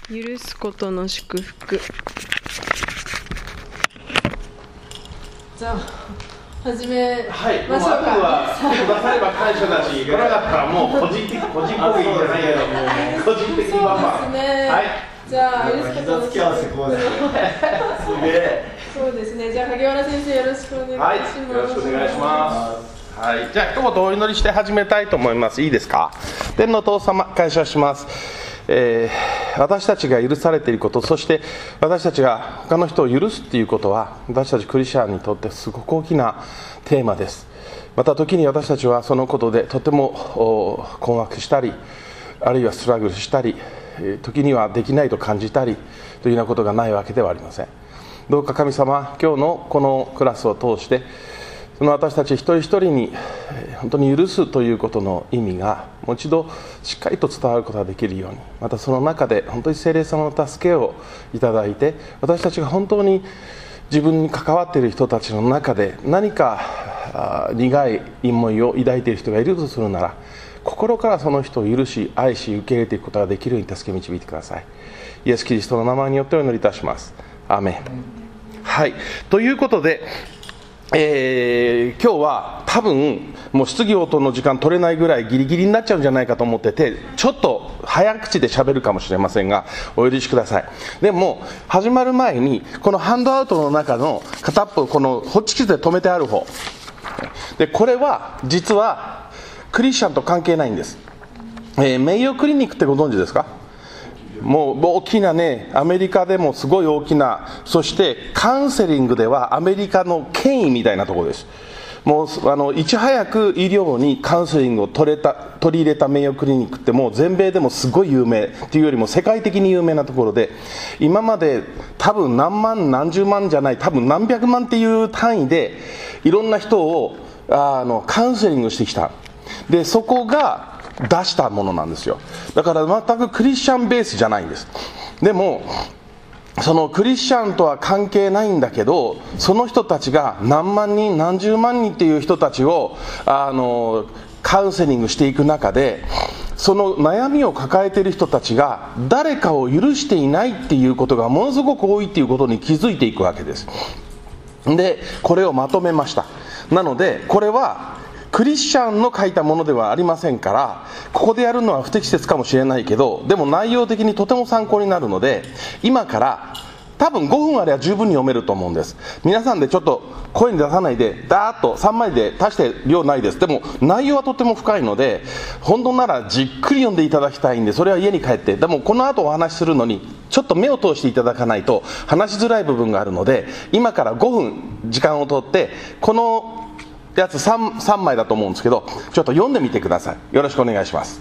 許すことの祝福。じゃあ始めましょうか。 あとはくだされば感謝だし、よなかったらもう個人的個人攻撃じゃないけど、個人的にバンバン。はい。 じゃあ許すことの祝福。 すげえ。 そうですね。じゃあ萩原先生よろしくお願いします。 はい、よろしくお願いします。はい、じゃあ一言お祈りして始めたいと思います。いいですか。天のお父様、感謝します。私たちが許されていること、そして私たちが他の人を許すということは、私たちクリスチャンにとってすごく大きなテーマです。また時に私たちはそのことでとても困惑したり、あるいはストラグルしたり、時にはできないと感じたりというようなことがないわけではありません。どうか神様、今日のこのクラスを通してその私たち一人一人に本当に許すということの意味がもう一度しっかりと伝わることができるように、またその中で本当に聖霊様の助けをいただいて、私たちが本当に自分に関わっている人たちの中で何か苦い思いを抱いている人がいるとするなら、心からその人を許し愛し受け入れていくことができるように助け導いてください。イエス・キリストの名前によってお祈りいたします。アーメン。はい、ということで今日は多分もう質疑応答の時間取れないぐらいギリギリになっちゃうんじゃないかと思ってて、ちょっと早口で喋るかもしれませんがお許しください。でも始まる前にこのハンドアウトの中の片っぽ、このホッチキスで留めてある方で、これは実はクリスチャンと関係ないんです。名誉クリニックってご存知ですか。もう大きなね、アメリカでもすごい大きな、そしてカウンセリングではアメリカの権威みたいなところです。もういち早く医療にカウンセリングを取り入れた名誉クリニックってもう全米でもすごい有名というよりも世界的に有名なところで、今まで多分何万何十万じゃない、多分何百万っていう単位でいろんな人をカウンセリングしてきた。でそこが出したものなんですよ。だから全くクリスチャンベースじゃないんです。でもそのクリスチャンとは関係ないんだけど、その人たちが何万人何十万人っていう人たちをカウンセリングしていく中で、その悩みを抱えている人たちが誰かを許していないっていうことがものすごく多いっていうことに気づいていくわけです。でこれをまとめました。なのでこれはクリスチャンの書いたものではありませんから、ここでやるのは不適切かもしれないけど、でも内容的にとても参考になるので、今から多分5分あれば十分に読めると思うんです。皆さんでちょっと声に出さないでダーッと3枚で足して量ないです。でも内容はとても深いので、本当ならじっくり読んでいただきたいんで、それは家に帰って、でもこの後お話しするのにちょっと目を通していただかないと話しづらい部分があるので、今から5分時間をとってこのやつ 3枚だと思うんですけど、ちょっと読んでみてください。よろしくお願いします。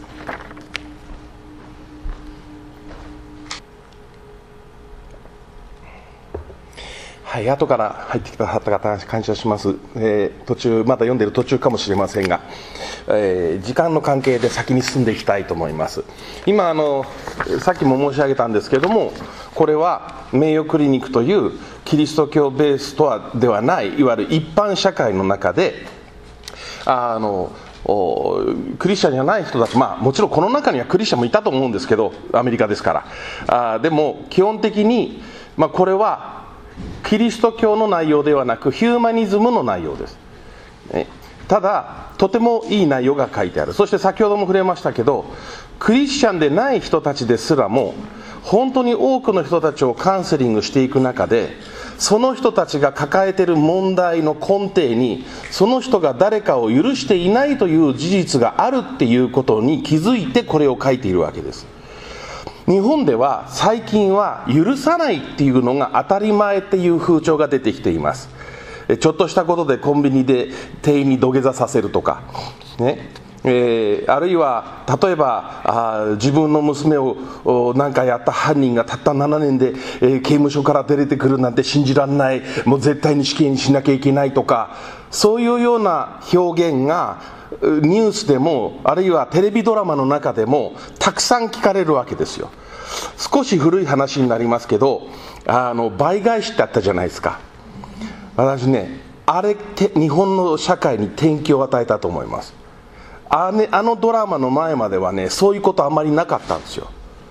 はい、後から入ってきた方々感謝します。途中まだ読んでいる途中かもしれませんが、時間の関係で先に進んでいきたいと思います。今さっきも申し上げたんですけれども、これは名誉クリニックというキリスト教ベースとはではない、いわゆる一般社会の中でクリスチャンじゃない人たち、もちろんこの中にはクリスチャンもいたと思うんですけど、アメリカですから。でも基本的に、これはキリスト教の内容ではなくヒューマニズムの内容です。ただとてもいい内容が書いてある。そして先ほども触れましたけど、クリスチャンでない人たちですらも本当に多くの人たちをカウンセリングしていく中で、その人たちが抱えている問題の根底にその人が誰かを許していないという事実があるっていうことに気づいてこれを書いているわけです。日本では最近は許さないっていうのが当たり前っていう風潮が出てきています。ちょっとしたことでコンビニで店員に土下座させるとかね、あるいは例えば自分の娘を何かやった犯人がたった7年で、刑務所から出てくるなんて信じられない、もう絶対に死刑にしなきゃいけないとか、そういうような表現がニュースでもあるいはテレビドラマの中でもたくさん聞かれるわけですよ。少し古い話になりますけど、倍返しってあったじゃないですか。私ね、あれって日本の社会に転機を与えたと思います。あのドラマの前まではね、そういうことあんまりなかったんですよ。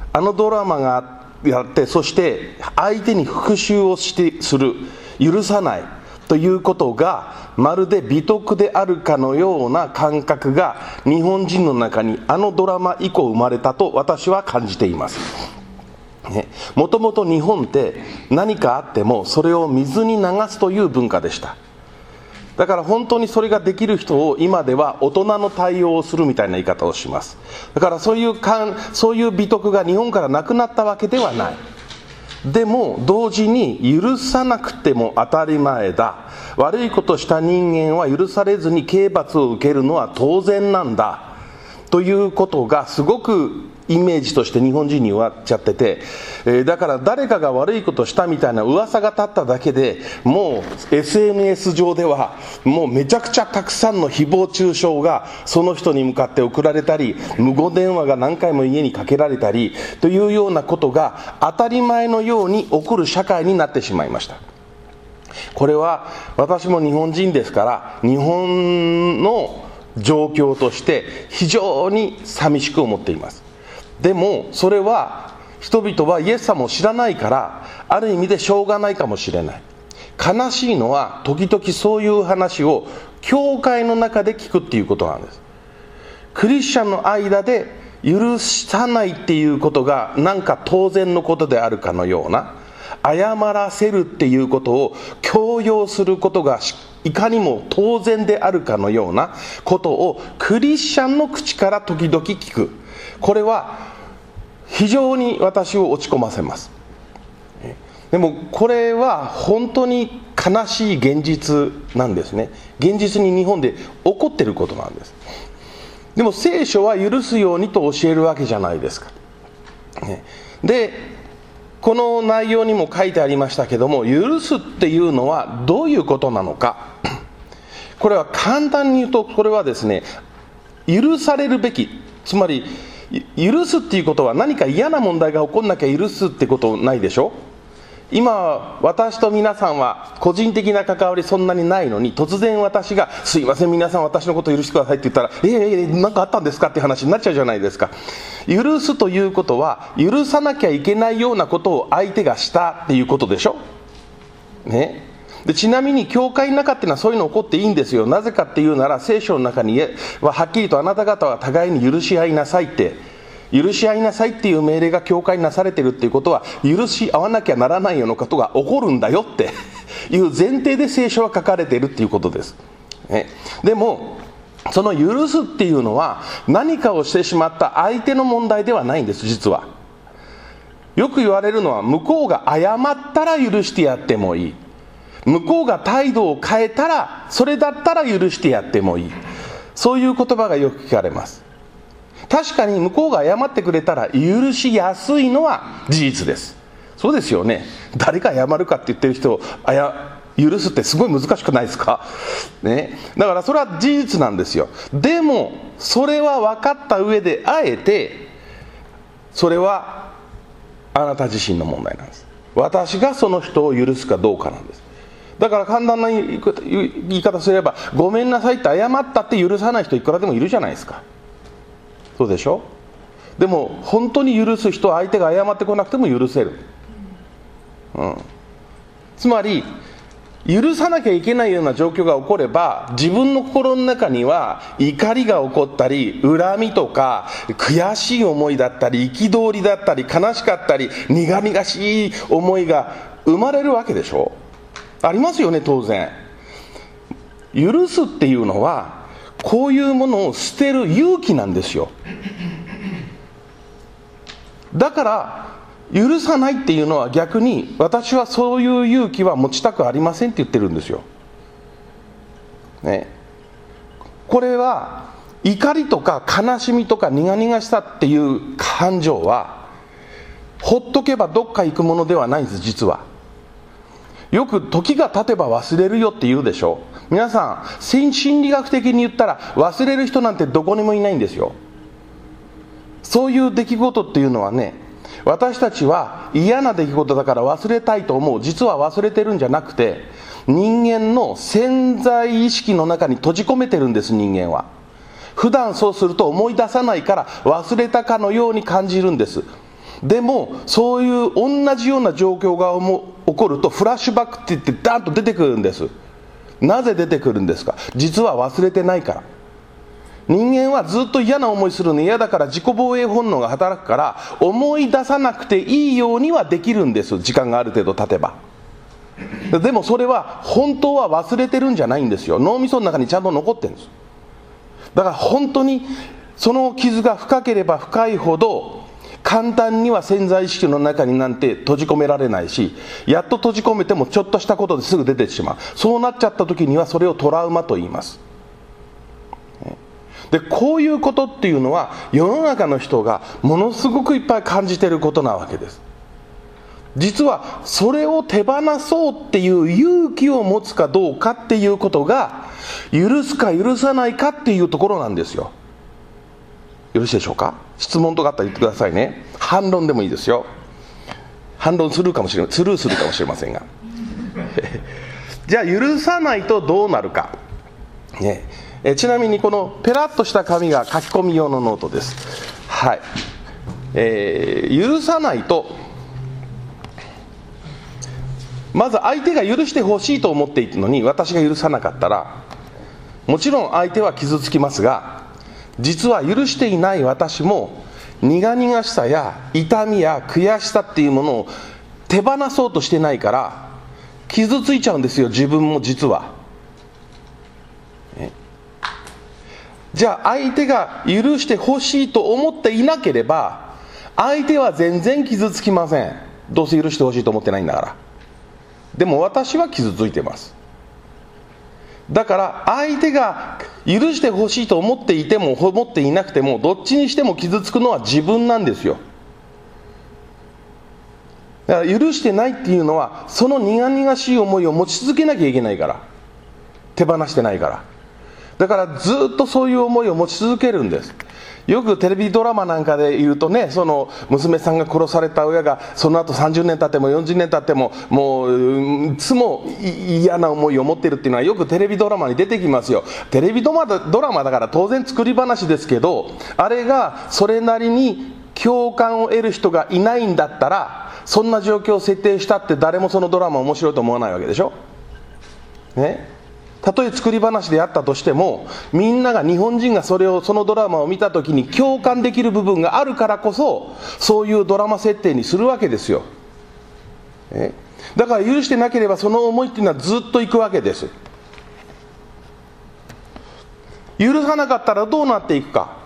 あのドラマがやって、そして相手に復讐をする、許さないということがまるで美徳であるかのような感覚が日本人の中にあのドラマ以降生まれたと私は感じています。もともと日本って何かあってもそれを水に流すという文化でした。だから本当にそれができる人を今では大人の対応をするみたいな言い方をします。だからそういう美徳が日本からなくなったわけではない。でも同時に許さなくても当たり前だ、悪いことした人間は許されずに刑罰を受けるのは当然なんだということがすごくイメージとして日本人に終わっちゃってて、だから誰かが悪いことしたみたいな噂が立っただけでもう SNS 上ではもうめちゃくちゃたくさんの誹謗中傷がその人に向かって送られたり、無言電話が何回も家にかけられたりというようなことが当たり前のように起こる社会になってしまいました。これは私も日本人ですから日本の状況として非常に寂しく思っています。でもそれは人々はイエス様を知らないからある意味でしょうがないかもしれない。悲しいのは時々そういう話を教会の中で聞くっていうことなんです。クリスチャンの間で許さないっていうことがなんか当然のことであるかのような、謝らせるっていうことを強要することがいかにも当然であるかのようなことをクリスチャンの口から時々聞く。これは非常に私を落ち込ませます。でもこれは本当に悲しい現実なんですね。現実に日本で起こっていることなんです。でも聖書は許すようにと教えるわけじゃないですか。でこの内容にも書いてありましたけども、許すっていうのはどういうことなのか。これは簡単に言うと、これはですね、許されるべき、つまり許すっていうことは何か嫌な問題が起こんなきゃ許すってことないでしょ。今私と皆さんは個人的な関わりそんなにないのに、突然私がすいません皆さん私のこと許してくださいって言ったら何かあったんですかって話になっちゃうじゃないですか。許すということは許さなきゃいけないようなことを相手がしたっていうことでしょ、ね。でちなみに教会の中っていうのはそういうの起こっていいんですよ。なぜかっていうなら聖書の中にははっきりとあなた方は互いに許し合いなさいっていう命令が教会になされているっていうことは、許し合わなきゃならないようなことが起こるんだよっていう前提で聖書は書かれているっていうことです、ね。でもその許すっていうのは何かをしてしまった相手の問題ではないんです。実はよく言われるのは、向こうが謝ったら許してやってもいい、向こうが態度を変えたらそれだったら許してやってもいい、そういう言葉がよく聞かれます。確かに向こうが謝ってくれたら許しやすいのは事実です。そうですよね。誰か謝るかって言ってる人を許すってすごい難しくないですか、ね。だからそれは事実なんですよ。でもそれは分かった上であえてそれはあなた自身の問題なんです。私がその人を許すかどうかなんです。だから簡単な言い方すれば、ごめんなさいって謝ったって許さない人いくらでもいるじゃないですか。そうでしょ。でも本当に許す人は相手が謝ってこなくても許せる、つまり許さなきゃいけないような状況が起これば、自分の心の中には怒りが起こったり、恨みとか悔しい思いだったり、憤りだったり、悲しかったり、苦々しい思いが生まれるわけでしょ。ありますよね、当然。許すっていうのはこういうものを捨てる勇気なんですよ。だから許さないっていうのは逆に、私はそういう勇気は持ちたくありませんって言ってるんですよ、ね。これは怒りとか悲しみとか苦々しさっていう感情はほっとけばどっか行くものではないんです。実はよく時が経てば忘れるよって言うでしょ。皆さん心理学的に言ったら忘れる人なんてどこにもいないんですよ。そういう出来事っていうのはね、私たちは嫌な出来事だから忘れたいと思う。実は忘れてるんじゃなくて、人間の潜在意識の中に閉じ込めてるんです。人間は普段そうすると思い出さないから忘れたかのように感じるんです。 でもそういう同じような状況が起こるとフラッシュバックって言ってダーンと出てくるんです。なぜ出てくるんですか。実は忘れてないから。人間はずっと嫌な思いするの嫌だから自己防衛本能が働くから、思い出さなくていいようにはできるんです。時間がある程度経てば。でもそれは本当は忘れてるんじゃないんですよ。脳みその中にちゃんと残ってるんです。だから本当にその傷が深ければ深いほど簡単には潜在意識の中になんて閉じ込められないし、やっと閉じ込めてもちょっとしたことですぐ出てしまう。そうなっちゃった時にはそれをトラウマと言います。でこういうことっていうのは世の中の人がものすごくいっぱい感じていることなわけです。実はそれを手放そうっていう勇気を持つかどうかっていうことが、許すか許さないかっていうところなんですよ。よろしいでしょうか。質問とかあったら言ってくださいね。反論でもいいですよ。反論するかもしれない、スルーするかもしれませんがじゃあ許さないとどうなるか、ね、ちなみにこのペラッとした紙が書き込み用のノートです。はい、許さないと、まず相手が許してほしいと思っているのに私が許さなかったら、もちろん相手は傷つきますが、実は許していない私も苦々しさや痛みや悔しさっていうものを手放そうとしてないから傷ついちゃうんですよ、自分も実は。じゃあ相手が許してほしいと思っていなければ相手は全然傷つきません。どうせ許してほしいと思ってないんだから。でも私は傷ついてます。だから相手が許してほしいと思っていても思っていなくてもどっちにしても傷つくのは自分なんですよ。だから許してないっていうのはその苦々しい思いを持ち続けなきゃいけないから、手放してないから。だからずっとそういう思いを持ち続けるんです。よくテレビドラマなんかで言うとね、その娘さんが殺された親がその後30年経っても40年経ってももういつも嫌な思いを持っているっていうのはよくテレビドラマに出てきますよ。テレビドラマだから当然作り話ですけど、あれがそれなりに共感を得る人がいないんだったら、そんな状況を設定したって誰もそのドラマ面白いと思わないわけでしょ、ね。たとえ作り話であったとしても、みんなが日本人がそのドラマを見たときに共感できる部分があるからこそそういうドラマ設定にするわけですよ。だから許してなければその思いっていうのはずっといくわけです。許さなかったらどうなっていくか。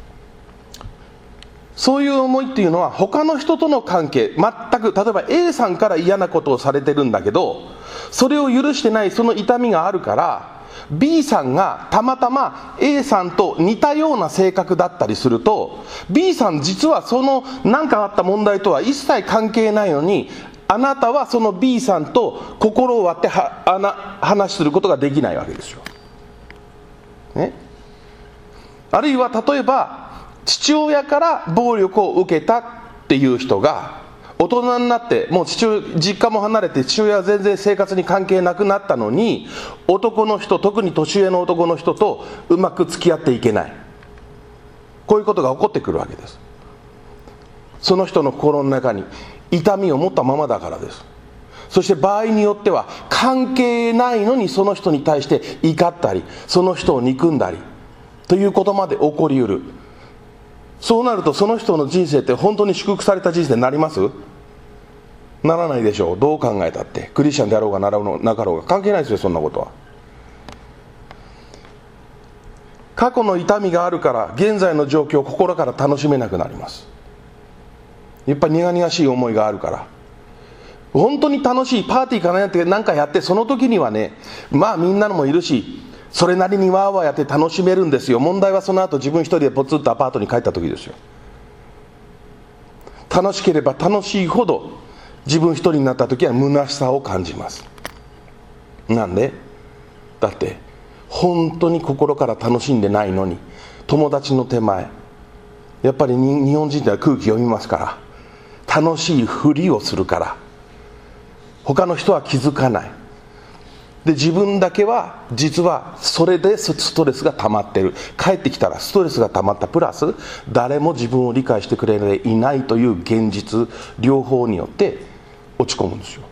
そういう思いっていうのは他の人との関係、全く例えば A さんから嫌なことをされてるんだけど、それを許してないその痛みがあるから B さんがたまたま A さんと似たような性格だったりすると、 B さん実はその何かあった問題とは一切関係ないのに、あなたはその B さんと心を割って話することができないわけですよ、ね。あるいは例えば父親から暴力を受けたっていう人が大人になってもう実家も離れて父親は全然生活に関係なくなったのに、男の人、特に年上の男の人とうまく付き合っていけない、こういうことが起こってくるわけです。その人の心の中に痛みを持ったままだからです。そして場合によっては関係ないのにその人に対して怒ったりその人を憎んだりということまで起こりうる。そうなるとその人の人生って本当に祝福された人生になります？ならないでしょう。どう考えたって。クリスチャンであろうがなかろうが関係ないですよ、そんなことは。過去の痛みがあるから現在の状況を心から楽しめなくなります。やっぱり苦々しい思いがあるから。本当に楽しいパーティーかなんかやって、その時にはね、まあみんなのもいるしそれなりにワーワーやって楽しめるんですよ。問題はその後自分一人でポツッとアパートに帰った時ですよ。楽しければ楽しいほど自分一人になった時は虚しさを感じます。なんで？だって本当に心から楽しんでないのに、友達の手前、やっぱり日本人って空気読みますから、楽しいふりをするから他の人は気づかない。 で自分だけは実はそれでストレスが溜まってる。帰ってきたらストレスが溜まったプラス誰も自分を理解してくれていないという現実、両方によって落ち込むんですよ。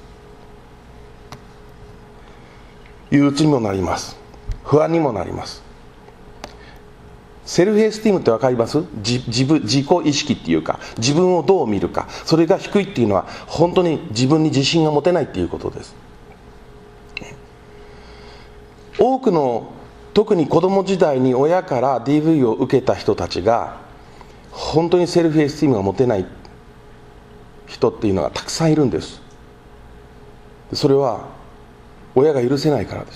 憂鬱にもなります。不安にもなります。セルフエスティームって分かります？自己意識っていうか、自分をどう見るか、それが低いっていうのは本当に自分に自信が持てないっていうことです。多くの、特に子供時代に親から DV を受けた人たちが本当にセルフエスティームが持てない人っていうのがたくさんいるんです。それは親が許せないからです。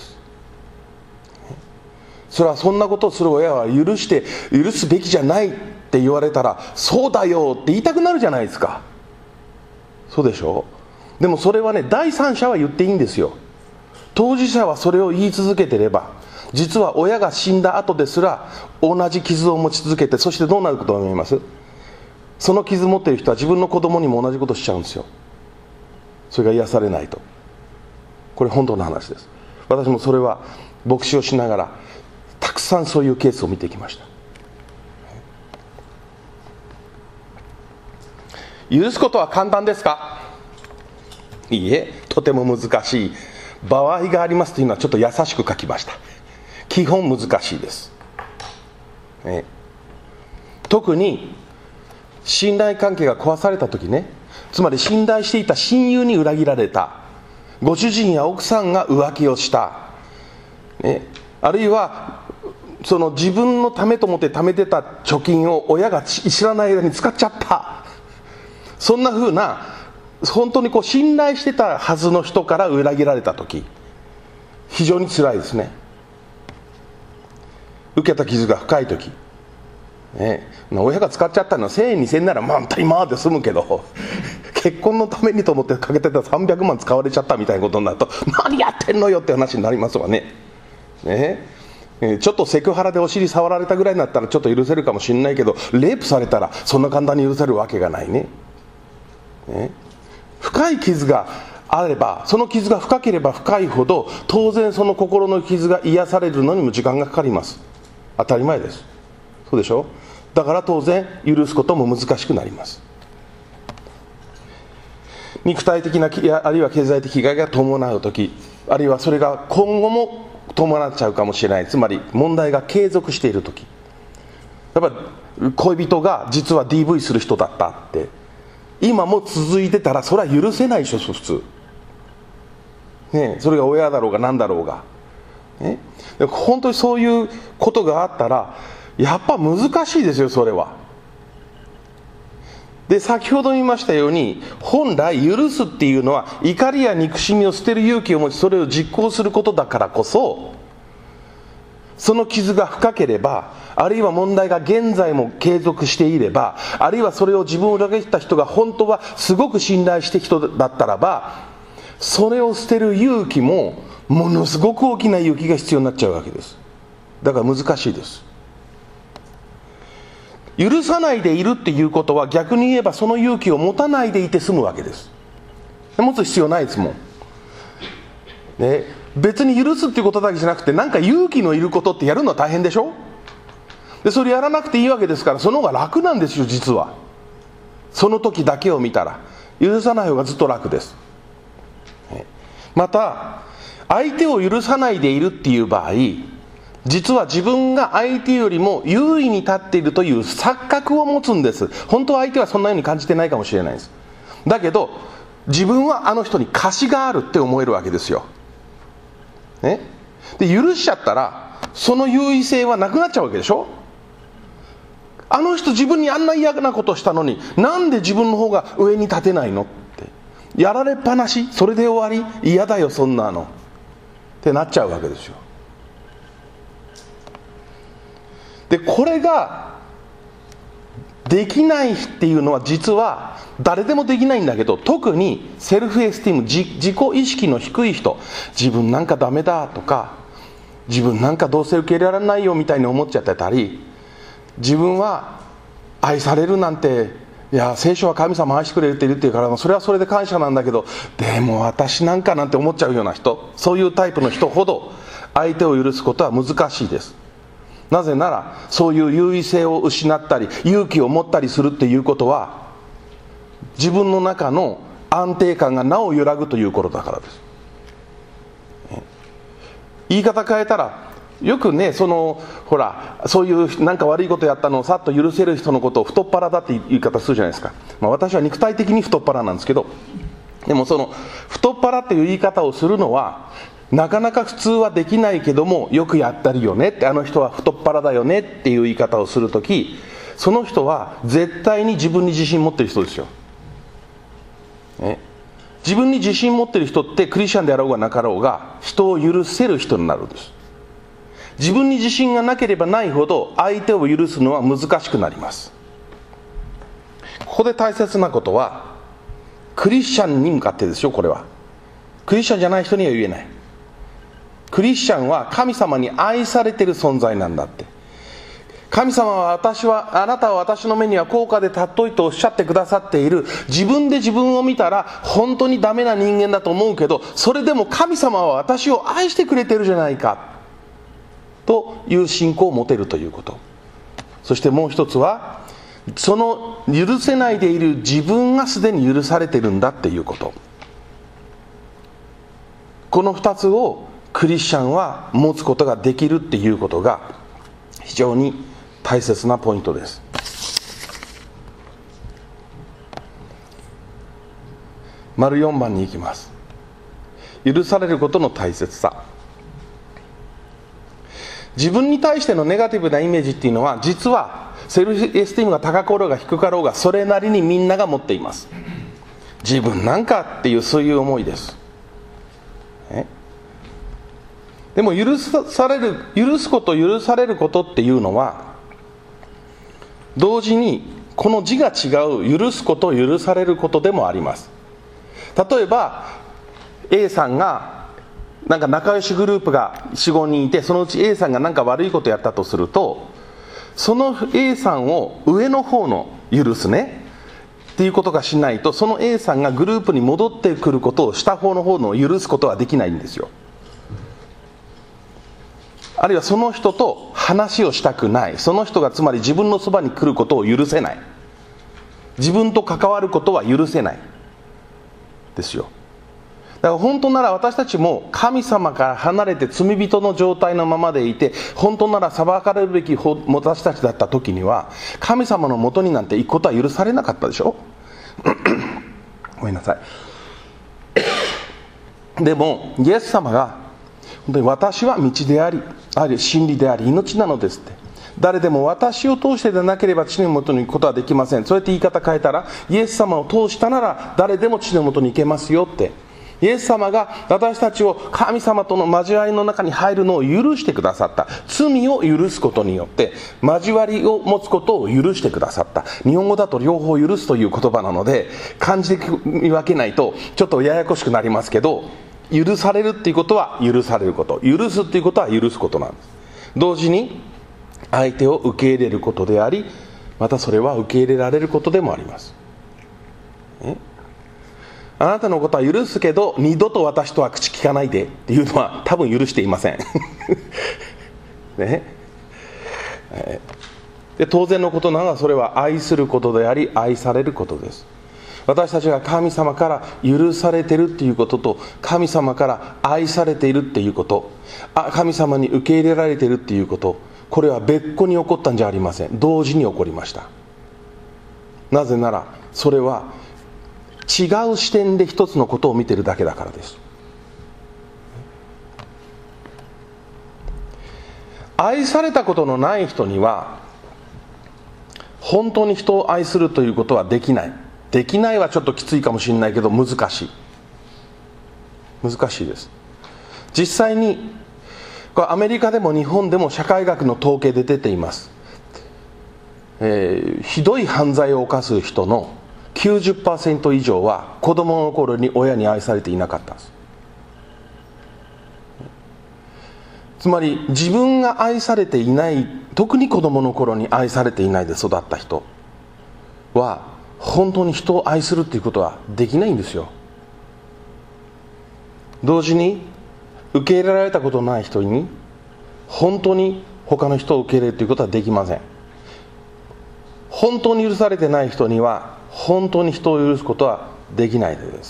それはそんなことをする親は許すべきじゃないって言われたら、そうだよって言いたくなるじゃないですか。そうでしょう。でもそれはね、第三者は言っていいんですよ。当事者はそれを言い続けてれば、実は親が死んだ後ですら同じ傷を持ち続けて、そしてどうなることを思います？その傷を持っている人は自分の子供にも同じことをしちゃうんですよ。それが癒されないと。これ本当の話です。私もそれは牧師をしながらたくさんそういうケースを見てきました。許すことは簡単ですか？いいえ、とても難しい場合がありますというのはちょっと優しく書きました。基本難しいです、特に信頼関係が壊された時ね、つまり信頼していた親友に裏切られた、ご主人や奥さんが浮気をした、あるいはその自分のためと思って貯めてた貯金を親が知らない間に使っちゃった、そんな風な本当に信頼してたはずの人から裏切られた時、非常につらいですね。受けた傷が深い時、親が使っちゃったのは1000円2000円ならまあ当たり前で済むけど、結婚のためにと思ってかけてた300万使われちゃったみたいなことになると、何やってんのよって話になりますわね。ちょっとセクハラでお尻触られたぐらいになったらちょっと許せるかもしれないけど、レイプされたらそんな簡単に許せるわけがないね。深い傷があれば、その傷が深ければ深いほど当然その心の傷が癒されるのにも時間がかかります。当たり前です。そうでしょ。だから当然許すことも難しくなります。肉体的なあるいは経済的被害が伴う時、あるいはそれが今後も伴っちゃうかもしれない、つまり問題が継続している時、やっぱり恋人が実は DV する人だったって今も続いてたら、それは許せないでしょ普通、それが親だろうが何だろうが、本当にそういうことがあったらやっぱ難しいですよ、それは。で、先ほど言いましたように、本来許すっていうのは怒りや憎しみを捨てる勇気を持ち、それを実行することだからこそ、その傷が深ければ、あるいは問題が現在も継続していれば、あるいはそれを自分を裏切った人が本当はすごく信頼して人だったらば、それを捨てる勇気もものすごく大きな勇気が必要になっちゃうわけです。だから難しいです。許さないでいるっていうことは、逆に言えばその勇気を持たないでいて済むわけです。持つ必要ないですもん、別に許すっていうことだけじゃなくて、なんか勇気のいることってやるのは大変でしょ。でそれやらなくていいわけですから、その方が楽なんですよ実は。その時だけを見たら許さない方がずっと楽です。また相手を許さないでいるっていう場合、実は自分が相手よりも優位に立っているという錯覚を持つんです。本当は相手はそんなように感じてないかもしれないです。だけど自分はあの人に貸しがあるって思えるわけですよ、で許しちゃったらその優位性はなくなっちゃうわけでしょ。あの人自分にあんな嫌なことしたのに、なんで自分の方が上に立てないのって、やられっぱなし、それで終わり、嫌だよそんなのってなっちゃうわけですよ。でこれができないっていうのは、実は誰でもできないんだけど、特にセルフエスティーム、自己意識の低い人、自分なんかダメだとか、自分なんかどうせ受け入れられないよみたいに思っちゃってたり、自分は愛されるなんていや聖書は神様愛してくれているっていうからそれはそれで感謝なんだけど、でも私なんかなんて思っちゃうような人、そういうタイプの人ほど相手を許すことは難しいです。なぜならそういう優位性を失ったり勇気を持ったりするっていうことは自分の中の安定感がなお揺らぐということだからです。言い方変えたら、よくね、ほらそういうなんか悪いことやったのをさっと許せる人のことを太っ腹だって言い方するじゃないですか。私は肉体的に太っ腹なんですけど、でもその太っ腹っていう言い方をするのはなかなか普通はできないけども、よくやったるよねって、あの人は太っ腹だよねっていう言い方をするとき、その人は絶対に自分に自信持ってる人ですよ。自分に自信持ってる人ってクリスチャンであろうがなかろうが人を許せる人になるんです。自分に自信がなければないほど相手を許すのは難しくなります。ここで大切なことはクリスチャンに向かってですよ。これはクリスチャンじゃない人には言えない。クリスチャンは神様に愛されている存在なんだって。神様はあなたは私の目には高価で尊いとおっしゃってくださっている。自分で自分を見たら本当にダメな人間だと思うけど、それでも神様は私を愛してくれてるじゃないかという信仰を持てるということ。そしてもう一つはその許せないでいる自分がすでに許されているんだっていうこと。この二つをクリスチャンは持つことができるっていうことが非常に大切なポイントです。丸4番に行きます。許されることの大切さ。自分に対してのネガティブなイメージっていうのは、実はセルフエスティームが高かろうが低かろうがそれなりにみんなが持っています。自分なんかっていうそういう思いです。でも許すこと許されることっていうのは同時にこの字が違う許すこと許されることでもあります。例えば A さんがなんか仲良しグループが 4,5 人いて、そのうち A さんがなんか悪いことやったとすると、その A さんを上の方の許すねっていうことがしないと、その A さんがグループに戻ってくることを下方の方の許すことはできないんですよ。あるいはその人と話をしたくない、その人がつまり自分のそばに来ることを許せない、自分と関わることは許せないですよ。だから本当なら私たちも神様から離れて罪人の状態のままでいて、本当なら裁かれるべき私たちだった時には神様のもとになんて行くことは許されなかったでしょごめんなさい。でもイエス様が本当に私は道であり真理であり命なのですって、誰でも私を通してでなければ父のもとに行くことはできません。そうやって言い方変えたら、イエス様を通したなら誰でも父のもとに行けますよって。イエス様が私たちを神様との交わりの中に入るのを許してくださった。罪を許すことによって交わりを持つことを許してくださった。日本語だと両方許すという言葉なので漢字で見分けないとちょっとややこしくなりますけど、許されるっていうことは許されること、許すっていうことは許すことなんです。同時に相手を受け入れることであり、またそれは受け入れられることでもあります。あなたのことは許すけど二度と私とは口聞かないでっていうのは多分許していませんね。で当然のことながらそれは愛することであり愛されることです。私たちが神様から許されているっていうことと神様から愛されているっていうこと、神様に受け入れられているっていうこと、これは別個に起こったんじゃありません。同時に起こりました。なぜならそれは違う視点で一つのことを見ているだけだからです。愛されたことのない人には本当に人を愛するということはできない。できないはちょっときついかもしれないけど難しいです。実際にこれアメリカでも日本でも社会学の統計で出ています。ひどい犯罪を犯す人の 90% 以上は子供の頃に親に愛されていなかったんです。つまり自分が愛されていない、特に子供の頃に愛されていないで育った人は本当に人を愛するっていうことはできないんですよ。同時に受け入れられたことのない人に本当に他の人を受け入れるということはできません。本当に許されてない人には本当に人を許すことはできないです。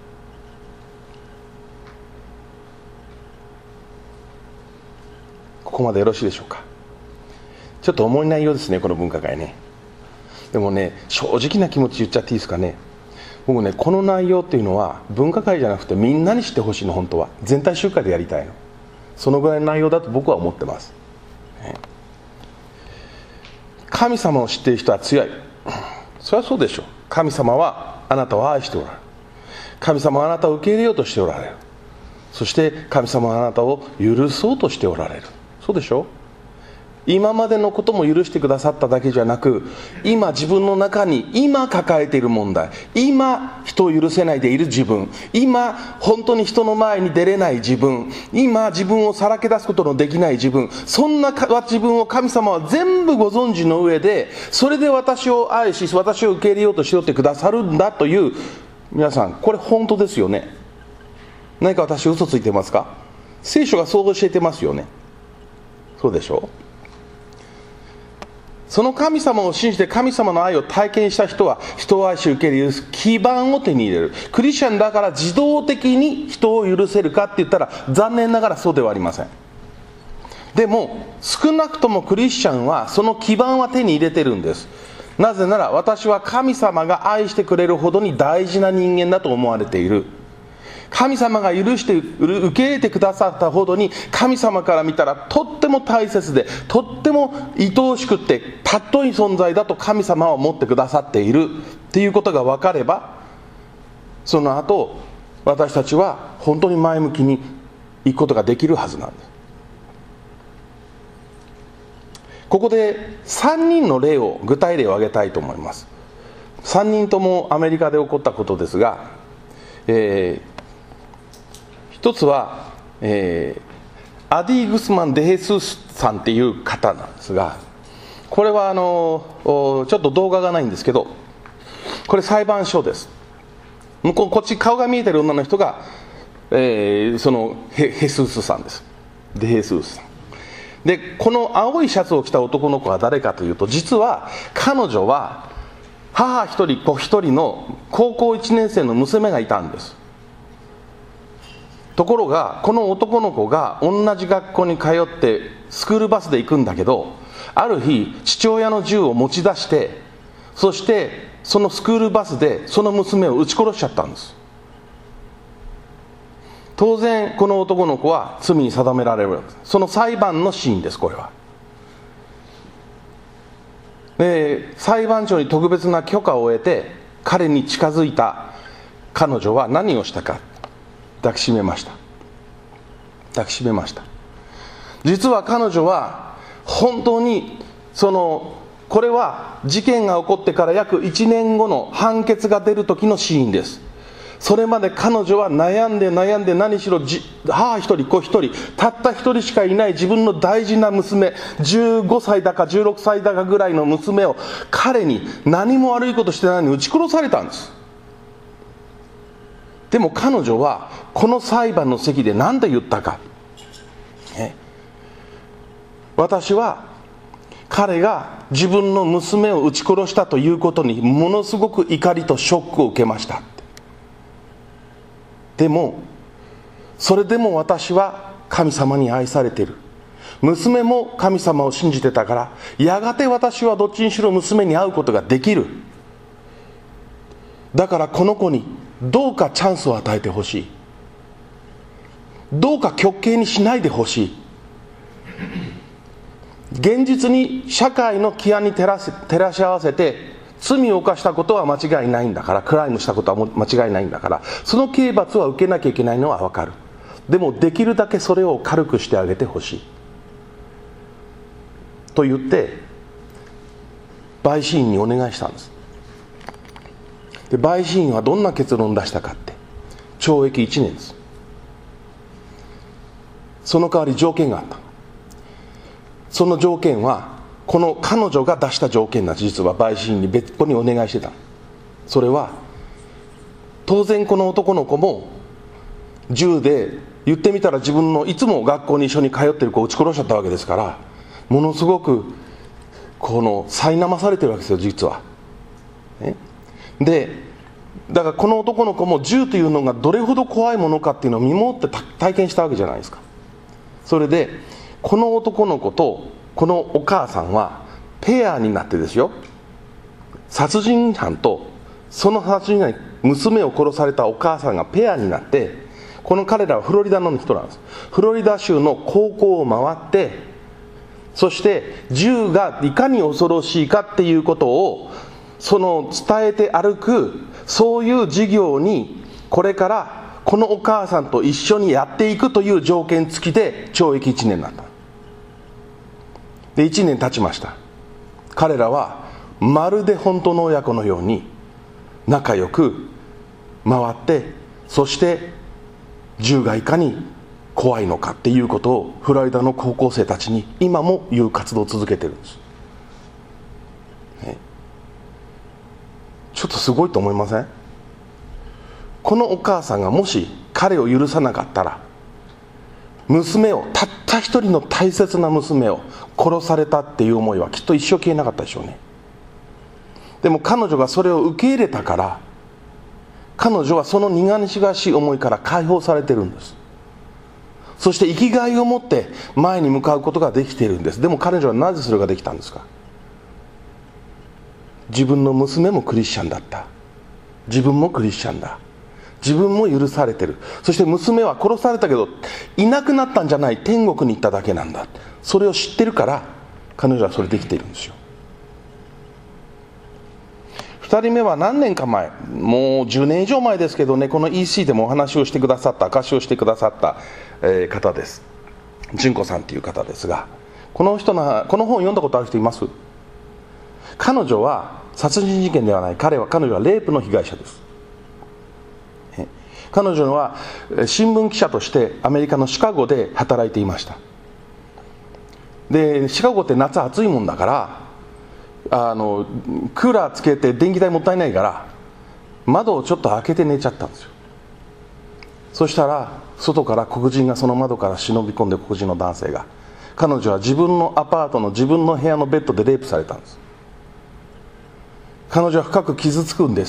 ここまでよろしいでしょうか。ちょっと重い内容ですね、この分科会ね。でもね、正直な気持ち言っちゃっていいですかね。僕ね、この内容っていうのは分科会じゃなくてみんなに知ってほしいの。本当は全体集会でやりたいの。そのぐらいの内容だと僕は思ってます。神様を知っている人は強い。それはそうでしょう。神様はあなたを愛しておられる。神様はあなたを受け入れようとしておられる。そして神様はあなたを許そうとしておられる。そうでしょう。今までのことも許してくださっただけじゃなく、今自分の中に今抱えている問題、今人を許せないでいる自分、今本当に人の前に出れない自分、今自分をさらけ出すことのできない自分、そんな自分を神様は全部ご存知の上で、それで私を愛し私を受け入れようとしてくださるんだという、皆さんこれ本当ですよね。何か私嘘ついてますか？聖書がそう教えてますよね。そうでしょう。その神様を信じて神様の愛を体験した人は人を愛し受け入れる基盤を手に入れる。クリスチャンだから自動的に人を許せるかって言ったら残念ながらそうではありません。でも少なくともクリスチャンはその基盤は手に入れてるんです。なぜなら私は神様が愛してくれるほどに大事な人間だと思われている。神様が許して受け入れてくださったほどに神様から見たらとっても大切でとっても愛おしくて尊い存在だと神様は思ってくださっているっていうことが分かれば、その後私たちは本当に前向きに行くことができるはずなんです。ここで3人の例を具体例を挙げたいと思います。3人ともアメリカで起こったことですが、一つは、アディ・グスマン・デヘススさんっていう方なんですが、これはちょっと動画がないんですけど、これ裁判所です。向こうこっち顔が見えてる女の人が、そのヘスースさんです。デヘスースさんで、この青いシャツを着た男の子は誰かというと、実は彼女は母一人子一人の高校1年生の娘がいたんです。ところがこの男の子が同じ学校に通ってスクールバスで行くんだけど、ある日父親の銃を持ち出して、そしてそのスクールバスでその娘を撃ち殺しちゃったんです。当然この男の子は罪に定められるわけです。その裁判のシーンです。これは裁判長に特別な許可を得て彼に近づいた彼女は何をしたか。抱きしめました。抱きしめました。実は彼女は本当にこれは事件が起こってから約1年後の判決が出る時のシーンです。それまで彼女は悩んで何しろ母一人子一人たった一人しかいない自分の大事な娘、15歳だか16歳だかぐらいの娘を彼に何も悪いことしてないのに撃ち殺されたんです。でも彼女はこの裁判の席で何て言ったか、私は彼が自分の娘を撃ち殺したということにものすごく怒りとショックを受けました。でもそれでも私は神様に愛されている。娘も神様を信じてたから、やがて私はどっちにしろ娘に会うことができる。だからこの子にどうかチャンスを与えてほしい。どうか極刑にしないでほしい。現実に社会の規範に照らし合わせて罪を犯したことは間違いないんだから、クライムしたことは間違いないんだから、その刑罰は受けなきゃいけないのは分かる。でもできるだけそれを軽くしてあげてほしいと言って陪審員にお願いしたんです。で陪審員はどんな結論を出したかって、懲役1年です。その代わり条件があった。その条件はこの彼女が出した条件なんです。実は陪審員に別個にお願いしてた。 それは当然この男の子も銃で言ってみたら自分のいつも学校に一緒に通ってる子を撃ち殺しちゃったわけですから、ものすごく苛まされてるわけですよ、実は。でだからこの男の子も銃というのがどれほど怖いものかっていうのを身もって体験したわけじゃないですか。それでこの男の子とこのお母さんはペアになってですよ、殺人犯とその殺人犯に娘を殺されたお母さんがペアになって、この彼らはフロリダの人なんです。フロリダ州の高校を回って、そして銃がいかに恐ろしいかっていうことを伝えて歩く、そういう授業にこれからこのお母さんと一緒にやっていくという条件付きで懲役1年になった。で1年経ちました。彼らはまるで本当の親子のように仲良く回って、そして銃がいかに怖いのかっていうことをフロリダの高校生たちに今も言う活動を続けてるんです、ちょっとすごいと思いません？このお母さんがもし彼を許さなかったら、娘を、たった一人の大切な娘を殺されたっていう思いはきっと一生消えなかったでしょうね。でも彼女がそれを受け入れたから、彼女はその苦々しい思いから解放されてるんです。そして生きがいを持って前に向かうことができているんです。でも彼女はなぜそれができたんですか？自分の娘もクリスチャンだった、自分もクリスチャンだ、自分も許されてる、そして娘は殺されたけどいなくなったんじゃない、天国に行っただけなんだ、それを知ってるから彼女はそれできているんですよ。2人目は何年か前、もう10年以上前ですけどね、この EC でもお話をしてくださった、証しをしてくださった、方です。純子さんという方ですが、この本を読んだことある人います？彼女は殺人事件ではない、彼女はレイプの被害者です。彼女は新聞記者としてアメリカのシカゴで働いていました。でシカゴって夏暑いもんだから、クーラーつけて電気代もったいないから窓をちょっと開けて寝ちゃったんですよ。そしたら外から黒人がその窓から忍び込んで、黒人の男性が、彼女は自分のアパートの自分の部屋のベッドでレイプされたんです。彼女は深く傷つくんです。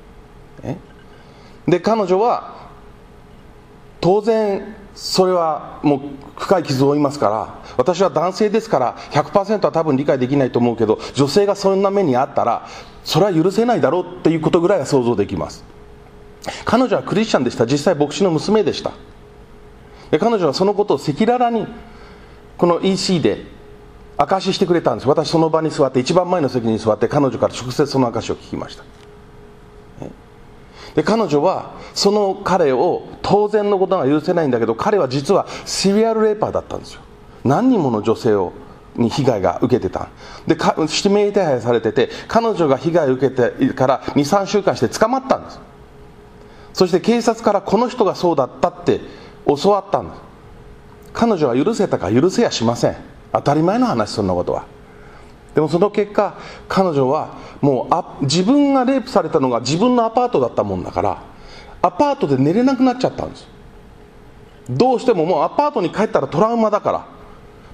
で彼女は当然それはもう深い傷を負いますから、私は男性ですから 100% は多分理解できないと思うけど、女性がそんな目にあったらそれは許せないだろうっていうことぐらいは想像できます。彼女はクリスチャンでした。実際牧師の娘でした。で彼女はそのことを赤裸々にこの EC で証ししてくれたんです。私その場に座って、一番前の席に座って彼女から直接その証しを聞きました。で彼女はその彼を、当然のことが許せないんだけど、彼は実はシリアルレイパーだったんですよ。何人もの女性に被害が受けてた。で指名手配されてて、彼女が被害を受けてから 2,3 週間して捕まったんです。そして警察からこの人がそうだったって教わったんです。彼女は許せたか？許せやしません。当たり前の話、そんなことは。でもその結果、彼女はもう自分がレイプされたのが自分のアパートだったもんだから、アパートで寝れなくなっちゃったんです。どうしてももうアパートに帰ったらトラウマだから、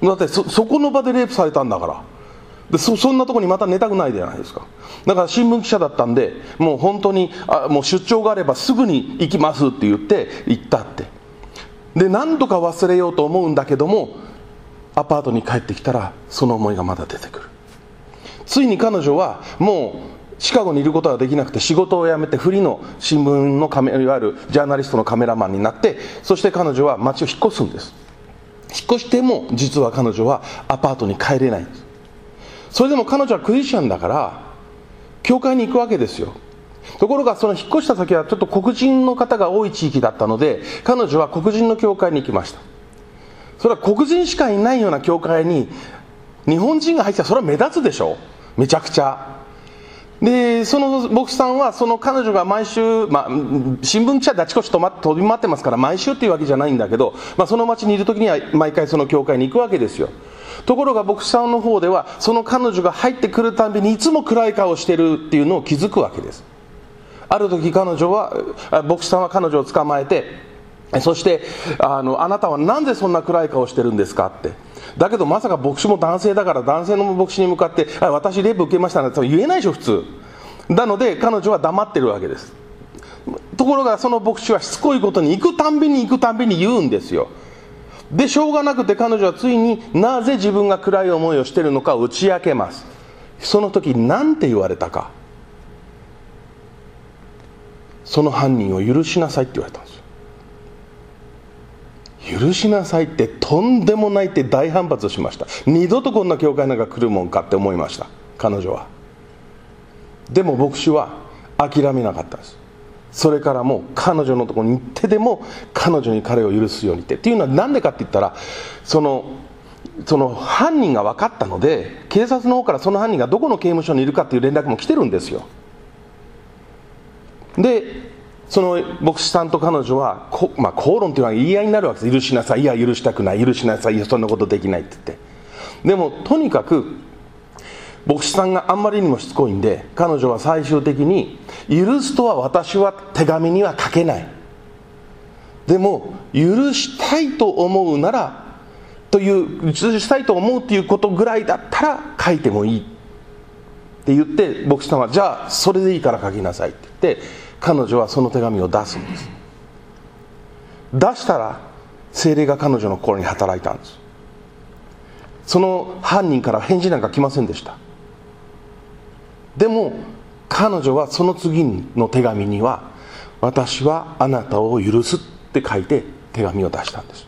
だって そこの場でレイプされたんだから、でそんなとこにまた寝たくないじゃないですか。だから新聞記者だったんで、もう本当にもう出張があればすぐに行きますって言って行ったって。で何とか忘れようと思うんだけども、アパートに帰ってきたらその思いがまだ出てくる。ついに彼女はもうシカゴにいることができなくて、仕事を辞めてフリーの新聞のいわゆるジャーナリストのカメラマンになって、そして彼女は町を引っ越すんです。引っ越しても実は彼女はアパートに帰れないんです。それでも彼女はクリスチャンだから教会に行くわけですよ。ところがその引っ越した先はちょっと黒人の方が多い地域だったので、彼女は黒人の教会に行きました。それは黒人しかいないような教会に日本人が入ってたらそれは目立つでしょ、めちゃくちゃ。でその牧師さんはその彼女が毎週、新聞記者であちこち飛び回ってますから毎週っていうわけじゃないんだけど、その町にいる時には毎回その教会に行くわけですよ。ところが牧師さんの方ではその彼女が入ってくるたびにいつも暗い顔をしてるっていうのを気づくわけです。 ある時牧師さんは彼女を捕まえて、そしてあなたはなんでそんな暗い顔してるんですかって。だけどまさか牧師も男性だから、男性の牧師に向かって私レイプ受けましたなんて言えないでしょ普通。なので彼女は黙ってるわけです。ところがその牧師はしつこいことに行くたんびに言うんですよ。でしょうがなくて彼女はついになぜ自分が暗い思いをしているのかを打ち明けます。その時何て言われたか。その犯人を許しなさいって言われたんですよ。許しなさいってとんでもないって大反発しました。二度とこんな教会なんか来るもんかって思いました彼女は。でも牧師は諦めなかったんです。それからもう彼女のところに行ってでも彼女に彼を許すようにっていうのは何でかって言ったら、その犯人が分かったので、警察の方からその犯人がどこの刑務所にいるかっていう連絡も来てるんですよ。でその牧師さんと彼女は口論というのは言い合いになるわけです。許しなさい、いや許したくない、許しなさい、いやそんなことできないって言って。でもとにかく牧師さんがあんまりにもしつこいんで、彼女は最終的に許すとは私は手紙には書けない、でも許したいと思うなら許したいと思うということぐらいだったら書いてもいいって言って、牧師さんはじゃあそれでいいから書きなさいって言って、彼女はその手紙を出すんです。出したら聖霊が彼女の心に働いたんです。その犯人から返事なんか来ませんでした。でも彼女はその次の手紙には、私はあなたを許すって書いて手紙を出したんです。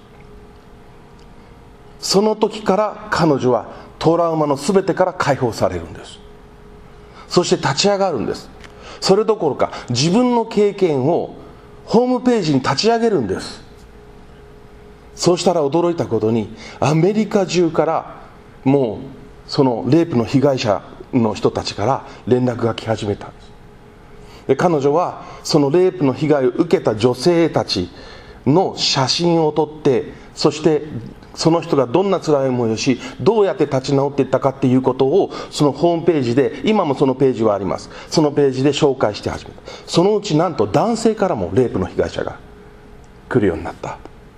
その時から彼女はトラウマの全てから解放されるんです。そして立ち上がるんです。それどころか自分の経験をホームページに立ち上げるんです。そうしたら驚いたことに、アメリカ中からもうそのレイプの被害者の人たちから連絡が来始めたんです。で彼女はそのレイプの被害を受けた女性たちの写真を撮って、そしてその人がどんな辛い思いをし、どうやって立ち直っていったかっていうことを、そのホームページで、今もそのページはあります、そのページで紹介して始めた。そのうちなんと男性からもレイプの被害者が来るようになった、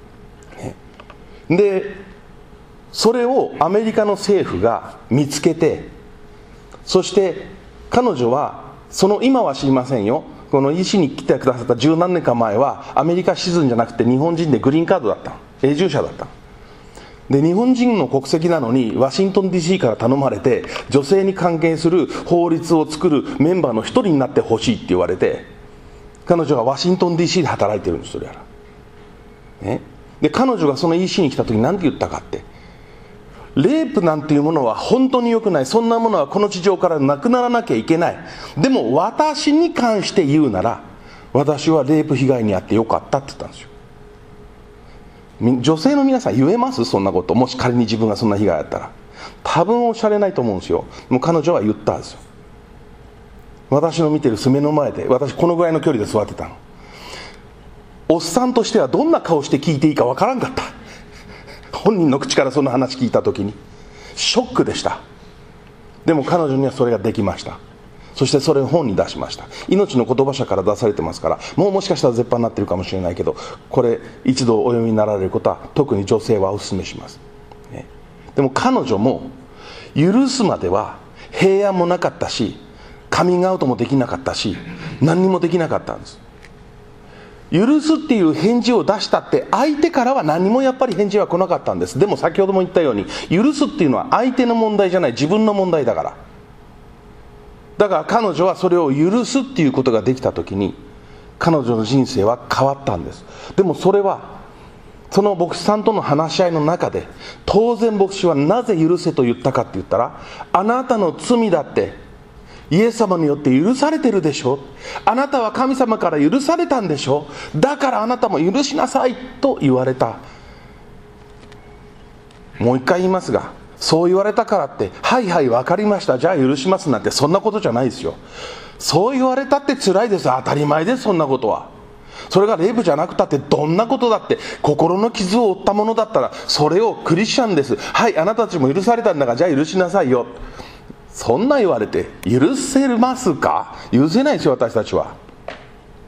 でそれをアメリカの政府が見つけて、そして彼女は今は知りませんよ、この医師に来てくださった十何年か前はアメリカシチズンじゃなくて日本人でグリーンカードだった、永住者だった。で日本人の国籍なのにワシントン DC から頼まれて、女性に関係する法律を作るメンバーの一人になってほしいって言われて、彼女はワシントン DC で働いてるんです。それやら、で彼女がその EC に来た時に何て言ったかって、レイプなんていうものは本当に良くない、そんなものはこの地上からなくならなきゃいけない、でも私に関して言うなら、私はレイプ被害に遭ってよかったって言ったんですよ。女性の皆さん言えます？そんなこと。もし仮に自分がそんな被害あったら多分おっしゃれないと思うんですよ。もう彼女は言ったんですよ。私の見てる目の前で、私このぐらいの距離で座ってたの。おっさんとしてはどんな顔して聞いていいかわからんかった。本人の口からその話聞いた時にショックでした。でも彼女にはそれができました。そしてそれを本に出しました。命の言葉社から出されてますから、もしかしたら絶版になってるかもしれないけど、これ一度お読みになられることは特に女性はお勧めします、でも彼女も許すまでは平安もなかったし、カミングアウトもできなかったし、何にもできなかったんです。許すっていう返事を出したって相手からは何もやっぱり返事は来なかったんです。でも先ほども言ったように、許すっていうのは相手の問題じゃない、自分の問題だから。だから彼女はそれを許すっていうことができた時に、彼女の人生は変わったんです。でもそれはその牧師さんとの話し合いの中で、当然牧師はなぜ許せと言ったかって言ったら、あなたの罪だってイエス様によって許されてるでしょ、あなたは神様から許されたんでしょ、だからあなたも許しなさいと言われた。もう一回言いますが、そう言われたからってはいはい分かりましたじゃあ許しますなんて、そんなことじゃないですよ。そう言われたって辛いです、当たり前です。そんなことは、それがレイプじゃなくたって、どんなことだって心の傷を負ったものだったら、それをクリスチャンです、はいあなたたちも許されたんだからじゃあ許しなさいよ、そんな言われて許せますか？許せないですよ私たちは。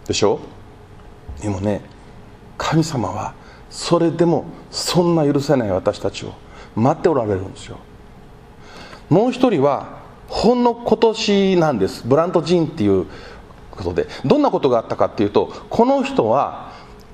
でしょ。でもね、神様はそれでもそんな許せない私たちを待っておられるんですよ。もう一人はほんの今年なんです。ブラント・ジンっていうことで、どんなことがあったかっていうと、この人は、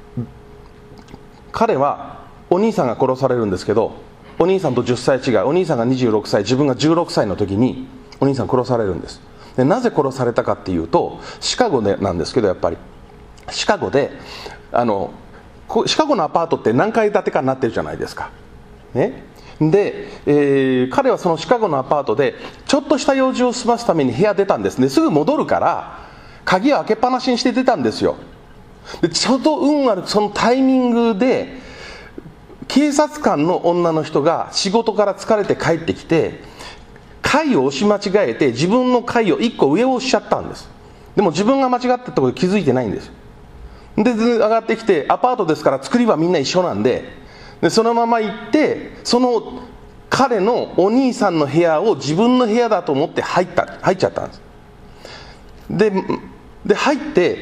彼はお兄さんが殺されるんですけど、お兄さんと10歳違い、お兄さんが26歳、自分が16歳の時にお兄さん殺されるんです。で、なぜ殺されたかっていうと、シカゴでなんですけど、やっぱりシカゴでシカゴのアパートって何階建てかになってるじゃないですか、ね。で、彼はそのシカゴのアパートでちょっとした用事を済ますために部屋出たんですね。すぐ戻るから鍵を開けっぱなしにして出たんですよ。で、ちょうど運悪くそのタイミングで警察官の女の人が仕事から疲れて帰ってきて、階を押し間違えて自分の階を1個上を押しちゃったんです。でも自分が間違ったところで気づいてないんです。で、上がってきて、アパートですから作りはみんな一緒なんで、そのまま行って、その彼のお兄さんの部屋を自分の部屋だと思って入っちゃったんです。で入って、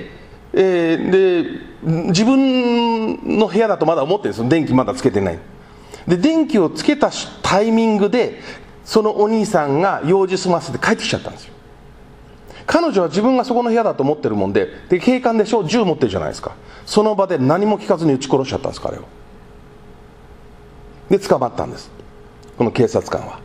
で自分の部屋だとまだ思ってるんですよ。電気まだつけてない。で、電気をつけたタイミングでそのお兄さんが用事済ませて帰ってきちゃったんですよ。彼女は自分がそこの部屋だと思ってるもんで、警官でしょ、銃持ってるじゃないですか。その場で何も聞かずに撃ち殺しちゃったんです、彼を。で、捕まったんです、この警察官は。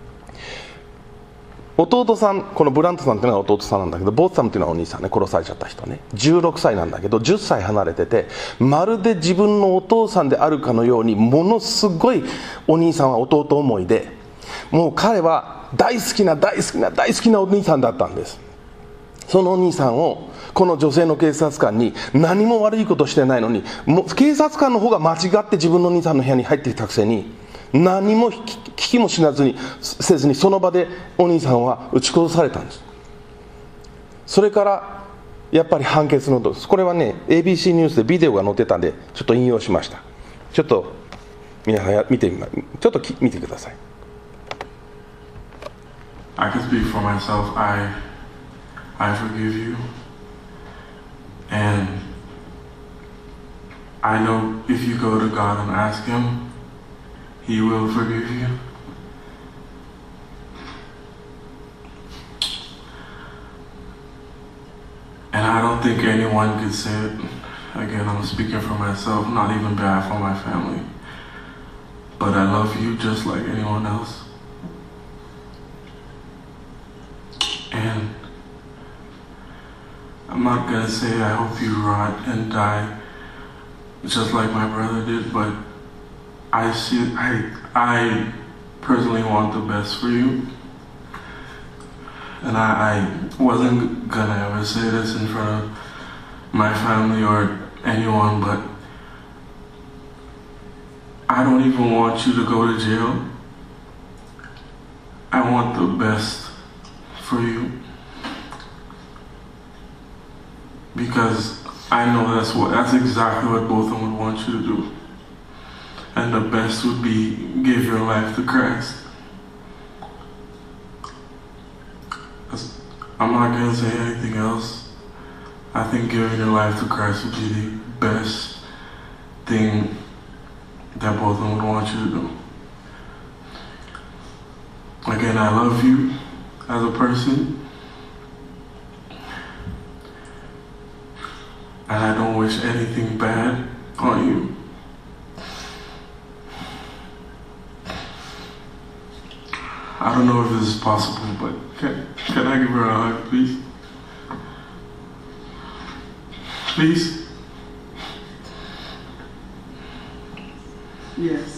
弟さん、このブラントさんっていうのが弟さんなんだけど、ボーツサムっていうのはお兄さんね、殺されちゃった人ね。16歳なんだけど10歳離れてて、まるで自分のお父さんであるかのように、ものすごいお兄さんは弟思いで、もう彼は大好きな大好きな大好きなお兄さんだったんです。そのお兄さんをこの女性の警察官に、何も悪いことしてないのに、もう警察官の方が間違って自分のお兄さんの部屋に入ってきたくせに、何も聞きもしなずにせずに、その場でお兄さんは撃ち殺されたんです。それからやっぱり判決のことです。これはね、 ABC ニュースでビデオが載ってたんでちょっと引用しました。ちょっと皆さん見てください。 I can speak for myself. I forgive you, and I know if you go to God and ask Him, He will forgive you. And I don't think anyone could say it. Again, I'm speaking for myself, not even bad for my family. But I love you just like anyone else. And I'm not gonna say I hope you rot and die just like my brother did, but I personally want the best for you. And I wasn't gonna ever say this in front of my family or anyone, but I don't even want you to go to jail. I want the best for you, because I know that's exactly what both of them would want you to do. And the best would be give your life to Christ. I'm not gonna say anything else. I think giving your life to Christ would be the best thing that both of them would want you to do. Again, I love you as a person, and I don't wish anything bad on you. I don't know if this is possible, but can I give her a hug, please? Please? Yes.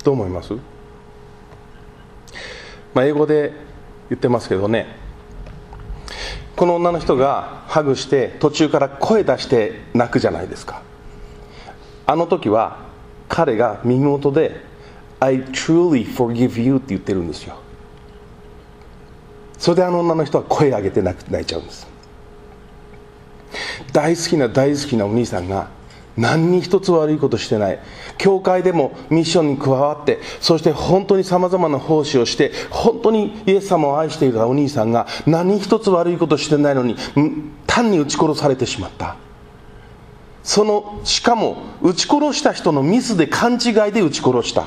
どう思います？英語で言ってますけどね、この女の人がハグして途中から声出して泣くじゃないですか。あの時は彼が耳元で I truly forgive you って言ってるんですよ。それであの女の人は声上げて泣いちゃうんです。大好きなお兄さんが何に一つ悪いことしてない、教会でもミッションに加わって、そして本当にさまざまな奉仕をして本当にイエス様を愛していたお兄さんが何一つ悪いことしてないのに単に撃ち殺されてしまった。しかも撃ち殺した人のミスで、勘違いで撃ち殺した。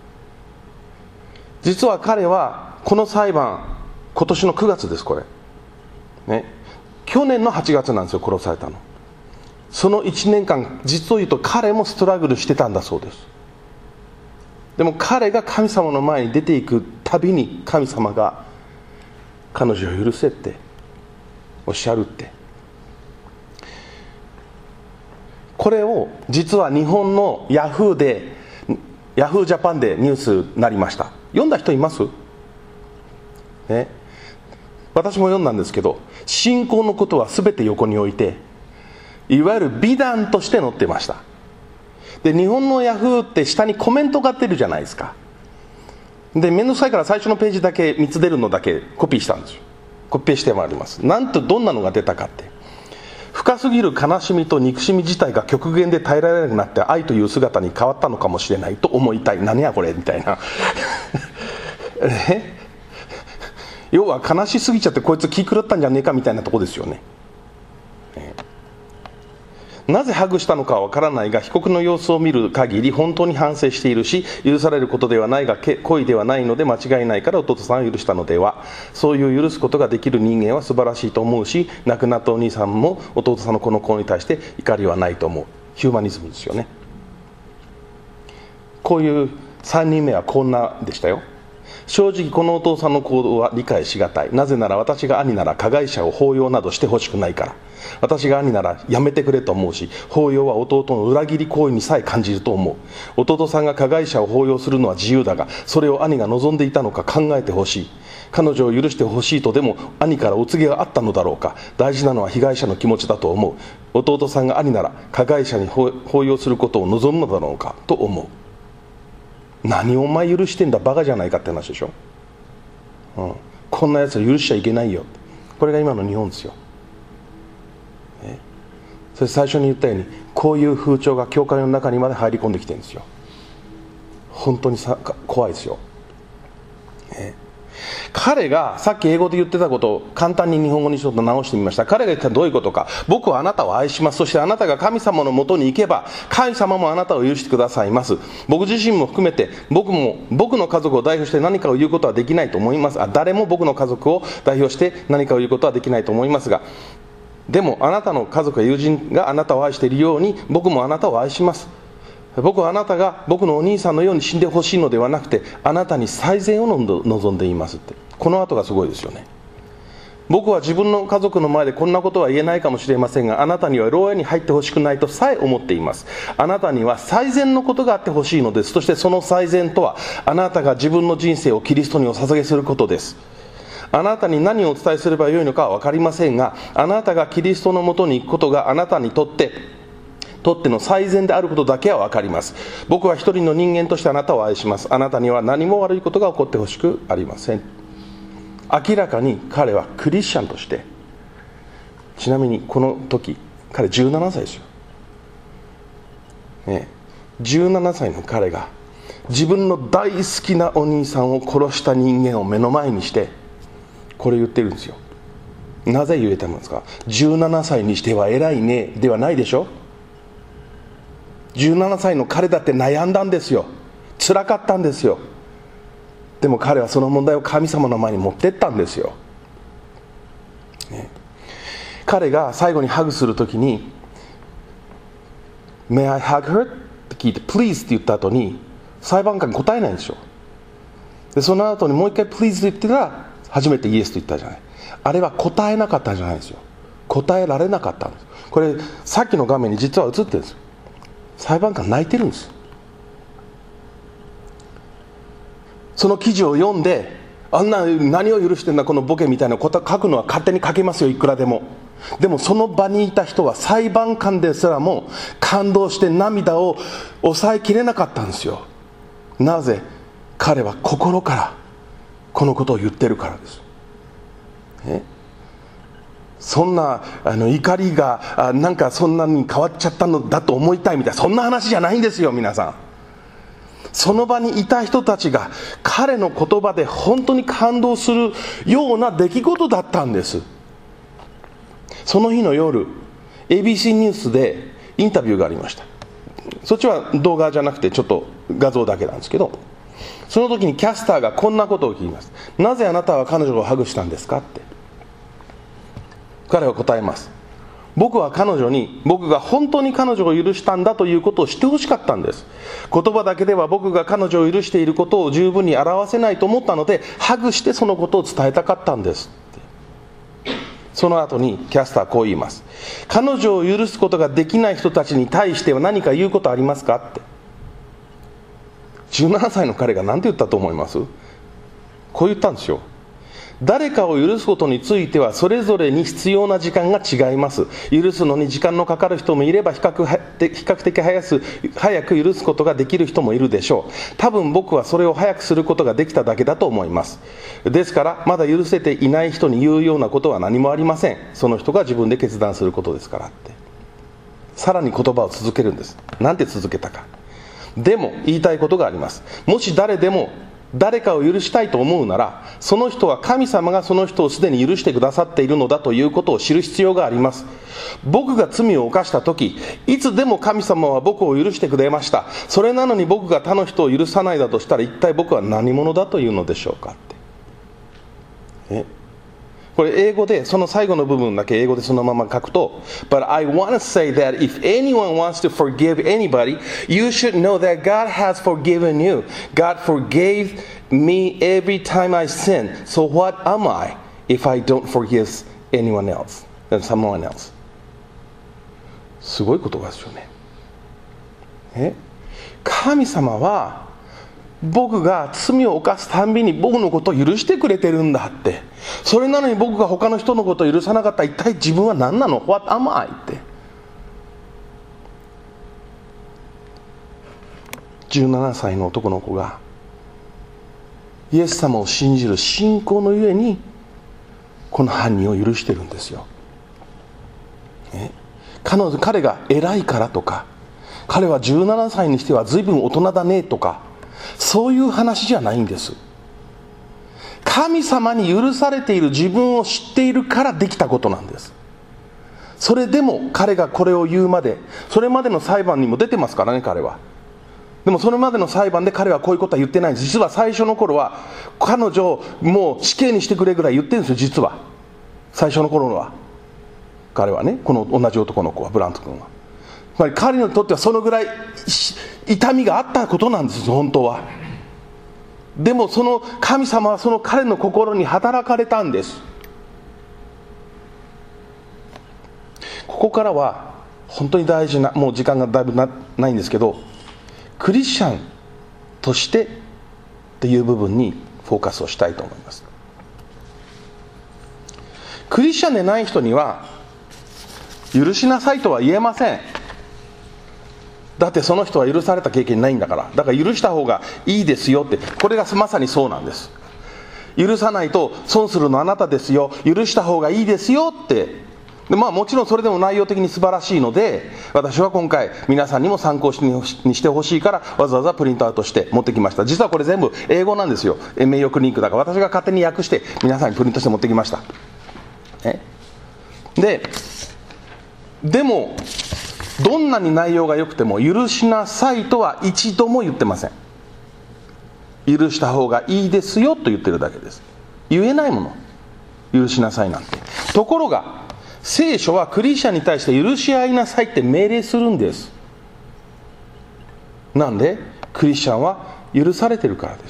実は彼はこの裁判、今年の9月です。これね、去年の8月なんですよ、殺されたの。その1年間、実を言うと彼もストラグルしてたんだそうです。でも彼が神様の前に出ていくたびに、神様が彼女を許せっておっしゃるって。これを実は日本のヤフージャパンでニュースになりました。読んだ人います？ね、私も読んだんですけど、信仰のことは全て横に置いて、いわゆる美談として載ってました。で、日本のヤフーって下にコメントが出るじゃないですか。で、面倒くさいから最初のページだけ3つ出るのだけコピーしたんですよ。コピペしてもあります。なんとどんなのが出たかって、深すぎる悲しみと憎しみ自体が極限で耐えられなくなって愛という姿に変わったのかもしれないと思いたい。何やこれみたいな要は悲しすぎちゃってこいつ気狂ったんじゃねえかみたいなとこですよね。なぜハグしたのかはわからないが、被告の様子を見る限り本当に反省しているし、許されることではないが故意ではないので間違いないから弟さんを許したのでは。そういう許すことができる人間は素晴らしいと思うし、亡くなったお兄さんも弟さんのこの子に対して怒りはないと思う。ヒューマニズムですよね。こういう3人目はこんなでしたよ。正直このお父さんの行動は理解しがたい。なぜなら私が兄なら加害者を抱擁などしてほしくないから。私が兄ならやめてくれと思うし、抱擁は弟の裏切り行為にさえ感じると思う。弟さんが加害者を抱擁するのは自由だが、それを兄が望んでいたのか考えてほしい。彼女を許してほしいとでも兄からお告げがあったのだろうか。大事なのは被害者の気持ちだと思う。弟さんが兄なら加害者に抱擁することを望むのだろうかと思う。何をお前許してんだ、バカじゃないかって話でしょ、こんなやつら許しちゃいけないよ。これが今の日本ですよ、それ最初に言ったように、こういう風潮が教会の中にまで入り込んできてるんですよ。本当に怖いですよ、彼がさっき英語で言ってたことを簡単に日本語にちょっと直してみました。彼が言ったらどういうことか。僕はあなたを愛します。そしてあなたが神様のもとに行けば神様もあなたを許してくださいます。僕自身も含めて僕の家族を代表して何かを言うことはできないと思います。誰も僕の家族を代表して何かを言うことはできないと思いますが、でもあなたの家族や友人があなたを愛しているように僕もあなたを愛します。僕はあなたが僕のお兄さんのように死んでほしいのではなくて、あなたに最善を望んでいますって。この後がすごいですよね。僕は自分の家族の前でこんなことは言えないかもしれませんが、あなたには牢屋に入ってほしくないとさえ思っています。あなたには最善のことがあってほしいのです。そしてその最善とは、あなたが自分の人生をキリストにお捧げすることです。あなたに何をお伝えすればよいのかは分かりませんが、あなたがキリストのもとに行くことがあなたにとっての最善であることだけは分かります。僕は一人の人間としてあなたを愛します。あなたには何も悪いことが起こってほしくありません。明らかに彼はクリスチャンとして、ちなみにこの時彼17歳ですよ、17歳の彼が自分の大好きなお兄さんを殺した人間を目の前にしてこれ言ってるんですよ。なぜ言えたんですか。17歳にしては偉いねではないでしょ。17歳の彼だって悩んだんですよ。辛かったんですよ。でも彼はその問題を神様の前に持ってったんですよ、彼が最後にハグするときに May I hug her? って聞いて Please って言った後に裁判官に答えないんですよ。でその後にもう一回 Please って言ってから初めてイエスと言ったじゃない。あれは答えなかったんじゃないんですよ。答えられなかったんです。これさっきの画面に実は映ってるんですよ。裁判官泣いてるんです。 その記事を読んで、あんな何を許してんだこのボケみたいなこと書くのは勝手に書けますよ、いくらでも。でもその場にいた人は裁判官ですらも感動して涙を抑えきれなかったんですよ。なぜ？彼は心からこのことを言ってるからです。そんな怒りがなんかそんなに変わっちゃったのだと思いたいみたいな、そんな話じゃないんですよ、皆さん。その場にいた人たちが彼の言葉で本当に感動するような出来事だったんです。その日の夜、 ABC ニュースでインタビューがありました。そっちは動画じゃなくてちょっと画像だけなんですけど、その時にキャスターがこんなことを聞きます。なぜあなたは彼女をハグしたんですかって。彼は答えます。僕は彼女に、僕が本当に彼女を許したんだということを知ってほしかったんです。言葉だけでは僕が彼女を許していることを十分に表せないと思ったので、ハグしてそのことを伝えたかったんですって。その後にキャスターはこう言います。彼女を許すことができない人たちに対しては何か言うことありますかって。17歳の彼が何て言ったと思います？こう言ったんですよ。誰かを許すことについてはそれぞれに必要な時間が違います。許すのに時間のかかる人もいれば比較的早く許すことができる人もいるでしょう。多分僕はそれを早くすることができただけだと思います。ですからまだ許せていない人に言うようなことは何もありません。その人が自分で決断することですからって。さらに言葉を続けるんです。なんて続けたか。でも言いたいことがあります。もし誰でも誰かを許したいと思うなら、その人は神様がその人をすでに許してくださっているのだということを知る必要があります。僕が罪を犯した時、いつでも神様は僕を許してくれました。それなのに僕が他の人を許さないだとしたら、一体僕は何者だというのでしょうかって。これ英語でその最後の部分だけ英語でそのまま書くと But I want to say that if anyone wants to forgive anybody, you should know that God has forgiven you. God forgave me every time I sin. So what am I if I don't forgive anyone else? Someone else. すごい言葉ですよね。神様は僕が罪を犯すたんびに僕のことを許してくれてるんだって。それなのに僕が他の人のことを許さなかったら一体自分は何なの？ What am I? って。17歳の男の子がイエス様を信じる信仰のゆえにこの犯人を許してるんですよ。彼が偉いからとか、彼は17歳にしては随分大人だねとか、そういう話じゃないんです。神様に許されている自分を知っているからできたことなんです。それでも彼がこれを言うまで、それまでの裁判にも出てますからね、彼は。でもそれまでの裁判で彼はこういうことは言ってないんです。実は最初の頃は彼女をもう死刑にしてくれぐらい言ってるんですよ。実は最初の頃は彼はね、この同じ男の子は、ブラント君は彼にとってはそのぐらい痛みがあったことなんです本当は。でもその神様はその彼の心に働かれたんです。ここからは本当に大事な、もう時間がだいぶないんですけど、クリスチャンとしてっていう部分にフォーカスをしたいと思います。クリスチャンでない人には許しなさいとは言えません。だってその人は許された経験ないんだから。だから許した方がいいですよって。これがまさにそうなんです。許さないと損するのあなたですよ、許した方がいいですよって。でもちろんそれでも内容的に素晴らしいので、私は今回皆さんにも参考にしてほしいからわざわざプリントアウトして持ってきました。実はこれ全部英語なんですよ。名誉クリニックだから私が勝手に訳して皆さんにプリントして持ってきました。でもどんなに内容が良くても許しなさいとは一度も言ってません。許した方がいいですよと言ってるだけです。言えないもの、許しなさいなんて。ところが聖書はクリスチャンに対して許し合いなさいって命令するんです。なんで？クリスチャンは許されてるからです。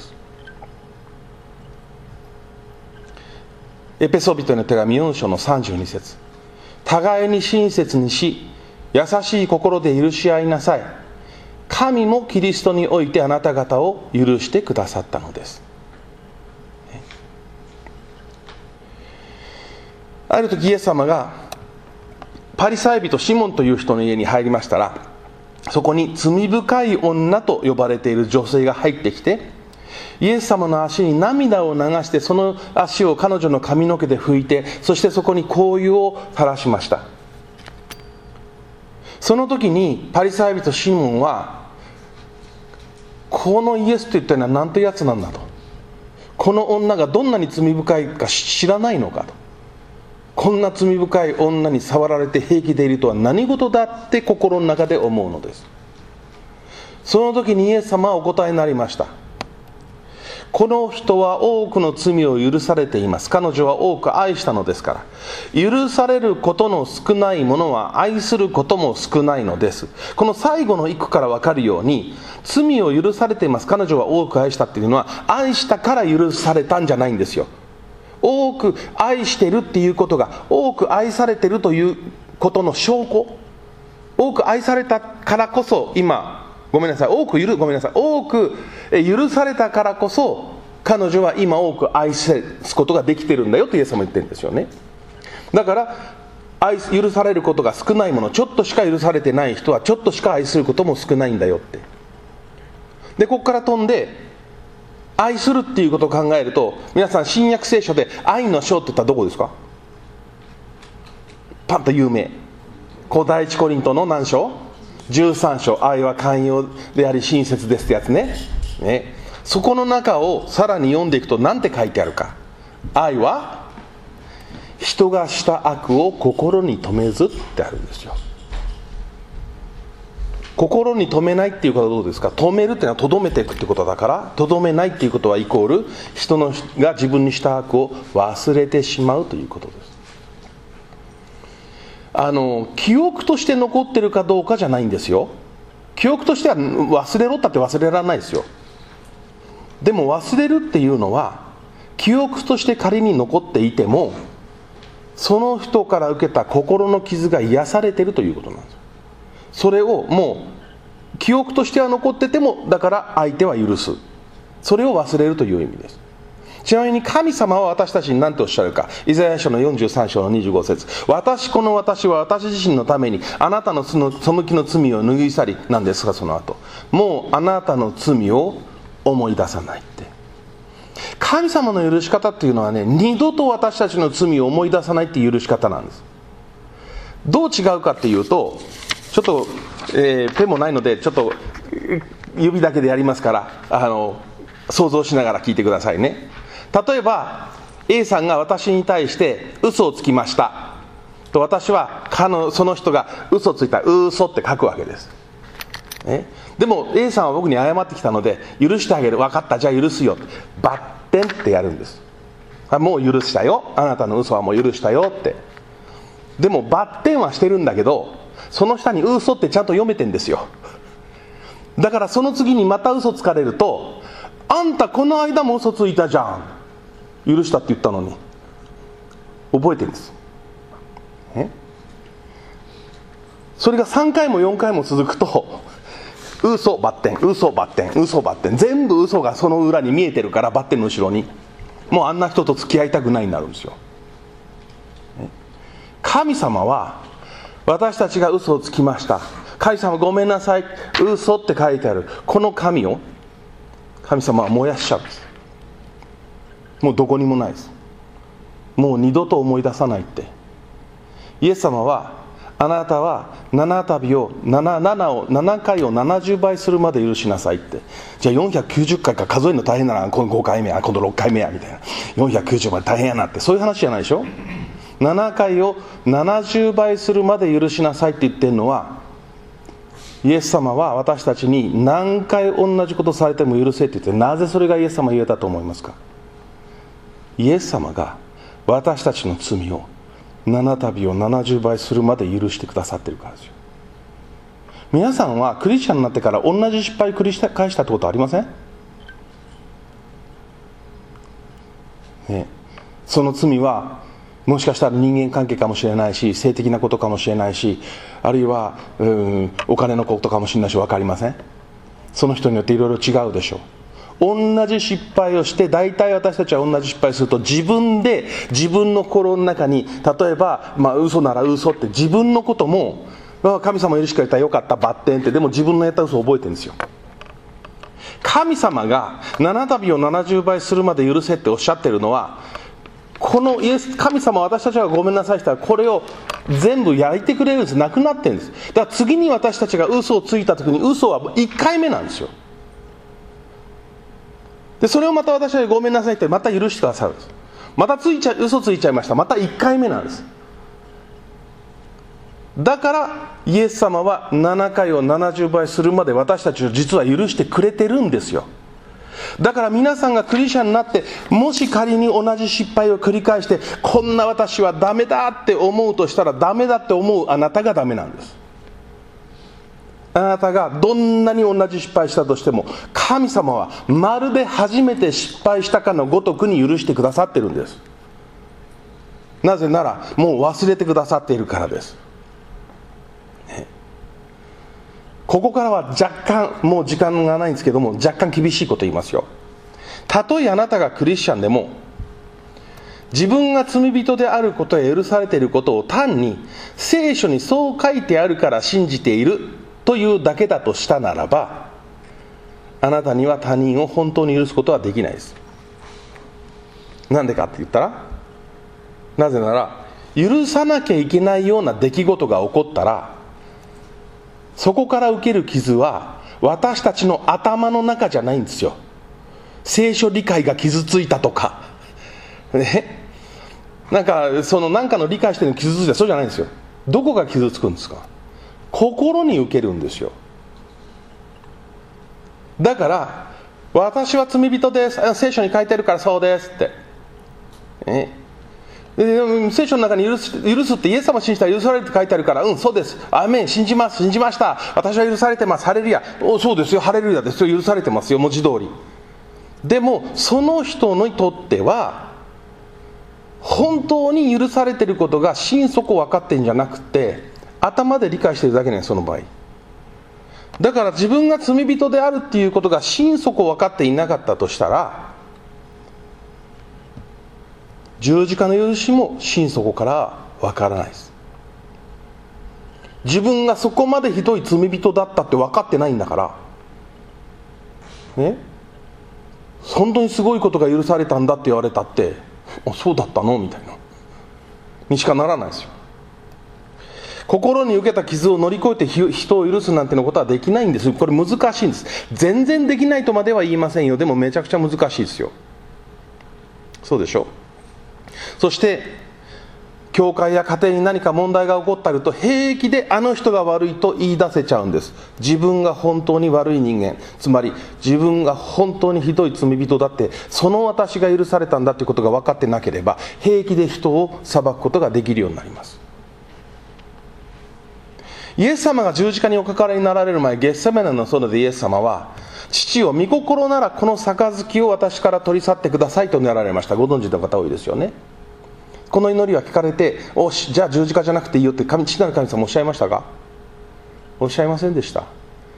エペソビトへの手紙4章の32節、互いに親切にし優しい心で許し合いなさい。神もキリストにおいてあなた方を許してくださったのです。 ある時イエス様がパリサイ人シモンという人の家に入りましたら、そこに罪深い女と呼ばれている女性が入ってきて、イエス様の足に涙を流して、その足を彼女の髪の毛で拭いて、そしてそこに香油を垂らしました。その時にパリサイ人シモンは、このイエスといったのはなんてやつなんだと、この女がどんなに罪深いか知らないのかと、こんな罪深い女に触られて平気でいるとは何事だって心の中で思うのです。その時にイエス様はお答えになりました。この人は多くの罪を許されています。彼女は多く愛したのですから。許されることの少ないものは愛することも少ないのです。この最後の一句から分かるように、罪を許されています、彼女は多く愛したっていうのは、愛したから許されたんじゃないんですよ。多く愛してるっていうことが、多く愛されてるということの証拠。多く愛されたからこそ今、多く許されたからこそ彼女は今多く愛すことができてるんだよとイエス様言ってるんですよね。だから許されることが少ないもの、ちょっとしか許されてない人はちょっとしか愛することも少ないんだよって。でここから飛んで愛するっていうことを考えると、皆さん新約聖書で愛の章って言ったらどこですか？パンと有名、第一コリントの何章？13章、愛は寛容であり親切ですってやつ ね。そこの中をさらに読んでいくと何て書いてあるか。愛は人がした悪を心に留めずってあるんですよ。心に留めないっていうことはどうですか？留めるっていうのは留めていくってことだから、留めないっていうことはイコール人が自分にした悪を忘れてしまうということです。記憶として残ってるかどうかじゃないんですよ。記憶としては忘れろったって忘れられないですよ。でも忘れるっていうのは、記憶として仮に残っていても、その人から受けた心の傷が癒されているということなんです。それをもう記憶としては残ってても、だから相手は許す、それを忘れるという意味です。ちなみに神様は私たちに何ておっしゃるか。イザヤ書の43章の25節、私は私自身のためにあなたの背きの罪を脱ぎ去り、なんですがその後、もうあなたの罪を思い出さないって。神様の許し方っていうのはね、二度と私たちの罪を思い出さないっていう許し方なんです。どう違うかっていうと、ちょっと、ペンもないのでちょっと指だけでやりますから、想像しながら聞いてくださいね。例えば A さんが私に対して嘘をつきましたと、私はその人が嘘をついた嘘って書くわけです。でも A さんは僕に謝ってきたので許してあげる、分かった、じゃあ許すよ、バッテンってやるんです。もう許したよ、あなたの嘘はもう許したよって。でもバッテンはしてるんだけど、その下に嘘ってちゃんと読めてんですよ。だからその次にまた嘘つかれると、あんたこの間も嘘ついたじゃん、許したって言ったのに。覚えてるんです。それが3回も4回も続くと、嘘バッテン、嘘バッテン、嘘バッテン、全部嘘がその裏に見えてるから、バッテンの後ろにもうあんな人と付き合いたくないになるんですよ。神様は私たちが嘘をつきました、神様ごめんなさい、嘘って書いてあるこの紙を神様は燃やしちゃうんです。もうどこにもないです。もう二度と思い出さないって。イエス様は、あなたは7回を70倍するまで許しなさいって。じゃあ490回か数えるの大変だな、今度5回目や、今度6回目やみたいな、490まで大変やなって、そういう話じゃないでしょ。7回を70倍するまで許しなさいって言ってるのは、イエス様は私たちに何回同じことされても許せって言って、なぜそれがイエス様言えたと思いますか？イエス様が私たちの罪を7度を70倍するまで許してくださっているからですよ。皆さんはクリスチャンになってから同じ失敗を繰り返したってことありません？その罪はもしかしたら人間関係かもしれないし、性的なことかもしれないし、あるいはお金のことかもしれないし、分かりません。その人によっていろいろ違うでしょう。 同じ失敗をして、大体私たちは同じ失敗すると、自分で自分の心の中に、例えば、嘘なら嘘って自分のことも、神様許してくれたらよかった、バッテンって、でも自分のやった嘘を覚えてるんですよ。神様が7度を70倍するまで許せっておっしゃってるのは、この神様、私たちがごめんなさいしたらこれを全部焼いてくれるんです。なくなってるんです。だから次に私たちが嘘をついた時に、嘘は1回目なんですよ。でそれをまた私たちがごめんなさいってまた許してくださるんです。また嘘ついちゃいました、また1回目なんです。だからイエス様は7回を70倍するまで私たちを実は許してくれてるんですよ。だから皆さんがクリスチャンになって、もし仮に同じ失敗を繰り返して、こんな私はダメだって思うとしたら、ダメだって思うあなたがダメなんです。あなたがどんなに同じ失敗したとしても、神様はまるで初めて失敗したかのごとくに許してくださってるんです。なぜならもう忘れてくださっているからです。ここからは若干、もう時間がないんですけども、若干厳しいこと言いますよ。たとえあなたがクリスチャンでも、自分が罪人であることや許されていることを単に聖書にそう書いてあるから信じているというだけだとしたならば、あなたには他人を本当に許すことはできないです。なんでかって言ったら、なぜなら許さなきゃいけないような出来事が起こったら、そこから受ける傷は私たちの頭の中じゃないんですよ。聖書理解が傷ついたとかね、なんかの理解してるの傷ついた、そうじゃないんですよ。どこが傷つくんですか？心に受けるんですよ。だから私は罪人です、聖書に書いてあるからそうですって、聖書の中に許すって、イエス様を信じたら許されるって書いてあるから、そうです、アーメン、信じます、信じました、私は許されてます、ハレルヤ、そうですよ、ハレルヤですよ、許されてますよ、文字通り。でもその人にとっては本当に許されていることが心底分かってるんじゃなくて、頭で理解してるだけね、その場合。だから自分が罪人であるっていうことが心底分かっていなかったとしたら、十字架の許しも心底から分からないです。自分がそこまでひどい罪人だったって分かってないんだからね、本当にすごいことが許されたんだって言われたって、そうだったのみたいなにしかならないですよ。心に受けた傷を乗り越えて人を許すなんてのことはできないんです。これ難しいんです。全然できないとまでは言いませんよ。でもめちゃくちゃ難しいですよ。そうでしょ。そして教会や家庭に何か問題が起こったりと、平気であの人が悪いと言い出せちゃうんです。自分が本当に悪い人間、つまり自分が本当にひどい罪人だって、その私が許されたんだということが分かってなければ、平気で人を裁くことができるようになります。イエス様が十字架におかかりになられる前、ゲッセマネの園でイエス様は、父よ、御心ならこの杯を私から取り去ってくださいと祈られました。ご存知の方多いですよね。この祈りは聞かれて、じゃあ十字架じゃなくていいよって父なる神様おっしゃいましたか？おっしゃいませんでした。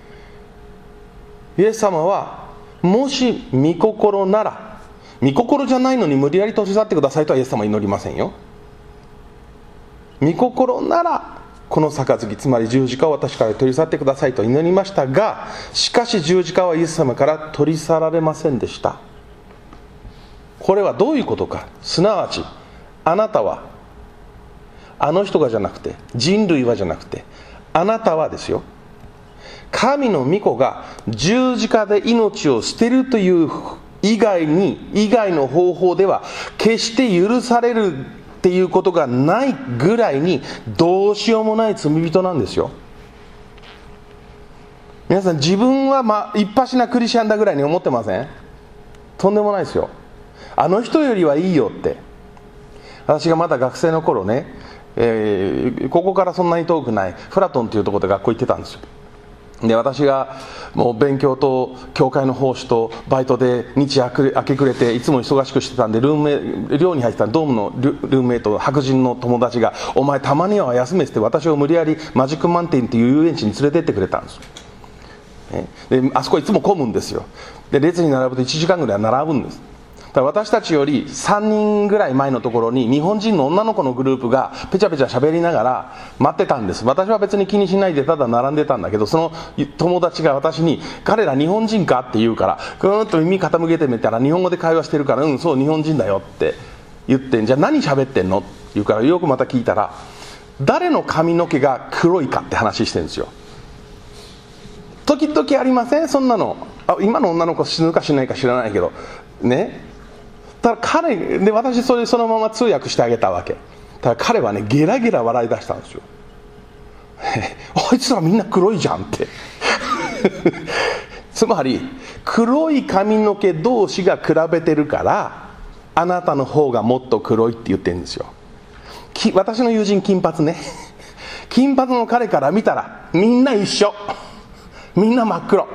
イエス様は、もし御心なら、御心じゃないのに無理やり取り去ってくださいとはイエス様は祈りませんよ。御心ならこの杯、つまり十字架を私から取り去ってくださいと祈りましたが、しかし十字架はイエス様から取り去られませんでした。これはどういうことか。すなわちあなたは、あの人がじゃなくて、人類はじゃなくて、あなたはですよ、神の御子が十字架で命を捨てるという以外の方法では決して許されるっていうことがないぐらいにどうしようもない罪人なんですよ。皆さん、自分は一発なクリスチャンだぐらいに思ってません？とんでもないですよ。あの人よりはいいよって。私がまだ学生の頃ね、ここからそんなに遠くないフラトンというところで学校行ってたんですよ。で、私がもう勉強と教会の奉仕とバイトで日夜明け暮れていつも忙しくしてたんで、寮に入ってたドームのルームメイト、白人の友達が、お前たまには休めって私を無理やりマジックマウンテンっていう遊園地に連れてってくれたんです。 であそこいつも混むんですよ。で列に並ぶと1時間ぐらい並ぶんです。だから私たちより3人ぐらい前のところに日本人の女の子のグループがペチャペチャ喋りながら待ってたんです。私は別に気にしないでただ並んでたんだけど、その友達が私に「彼ら日本人か?」って言うから、ぐーっと耳傾けてみたら日本語で会話してるから「うんそう日本人だよ」って言って、じゃあ何喋ってんのって言うから、よくまた聞いたら誰の髪の毛が黒いかって話してるんですよ。時々ありませんそんなの。今の女の子死ぬか死ないか知らないけどね。ただ彼で、私そのまま通訳してあげたわけ。ただ彼はねゲラゲラ笑い出したんですよ。あいつらみんな黒いじゃんってつまり黒い髪の毛同士が比べてるからあなたの方がもっと黒いって言ってるんですよ。私の友人金髪ね金髪の彼から見たらみんな一緒、みんな真っ黒。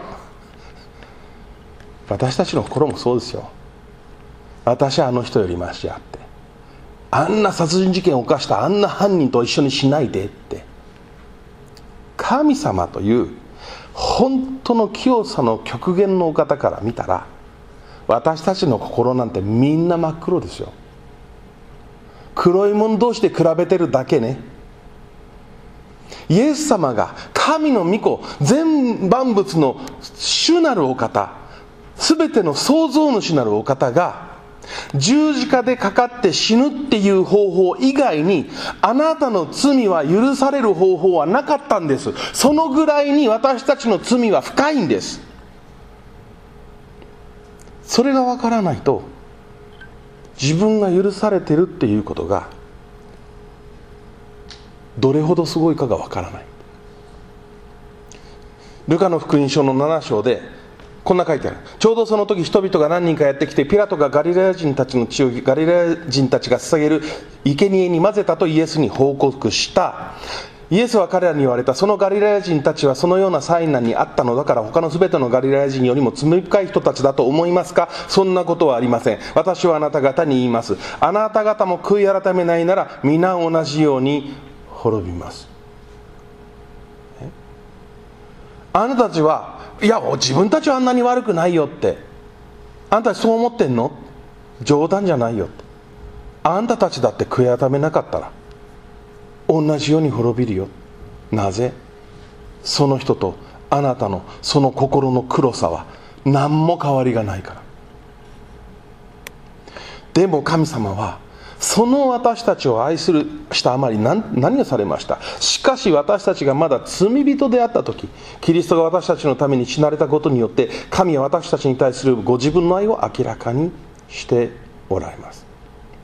私たちの心もそうですよ。私はあの人よりマシやって、あんな殺人事件を犯したあんな犯人と一緒にしないでって。神様という本当の清さの極限のお方から見たら私たちの心なんてみんな真っ黒ですよ。黒いもん同士で比べてるだけね。イエス様が神の御子、全万物の主なるお方、すべての創造主なるお方が十字架でかかって死ぬっていう方法以外にあなたの罪は許される方法はなかったんです。そのぐらいに私たちの罪は深いんです。それがわからないと自分が許されてるっていうことがどれほどすごいかがわからない。ルカの福音書の7章でこんな書いてある。ちょうどその時人々が何人かやってきて、ピラトがガリラヤ人たちの血をガリラヤ人たちが捧げる生贄に混ぜたとイエスに報告した。イエスは彼らに言われた。そのガリラヤ人たちはそのような災難にあったのだから他のすべてのガリラヤ人よりも罪深い人たちだと思いますか？そんなことはありません。私はあなた方に言います。あなた方も悔い改めないなら皆同じように滅びます。あなたたちはいや自分たちはあんなに悪くないよって、あんたたちそう思ってんの？冗談じゃないよって。あんたたちだって悔い改めなかったら同じように滅びるよ。なぜ？その人とあなたのその心の黒さは何も変わりがないから。でも神様はその私たちを愛したあまり何をされました。しかし私たちがまだ罪人であった時、キリストが私たちのために死なれたことによって神は私たちに対するご自分の愛を明らかにしておられます。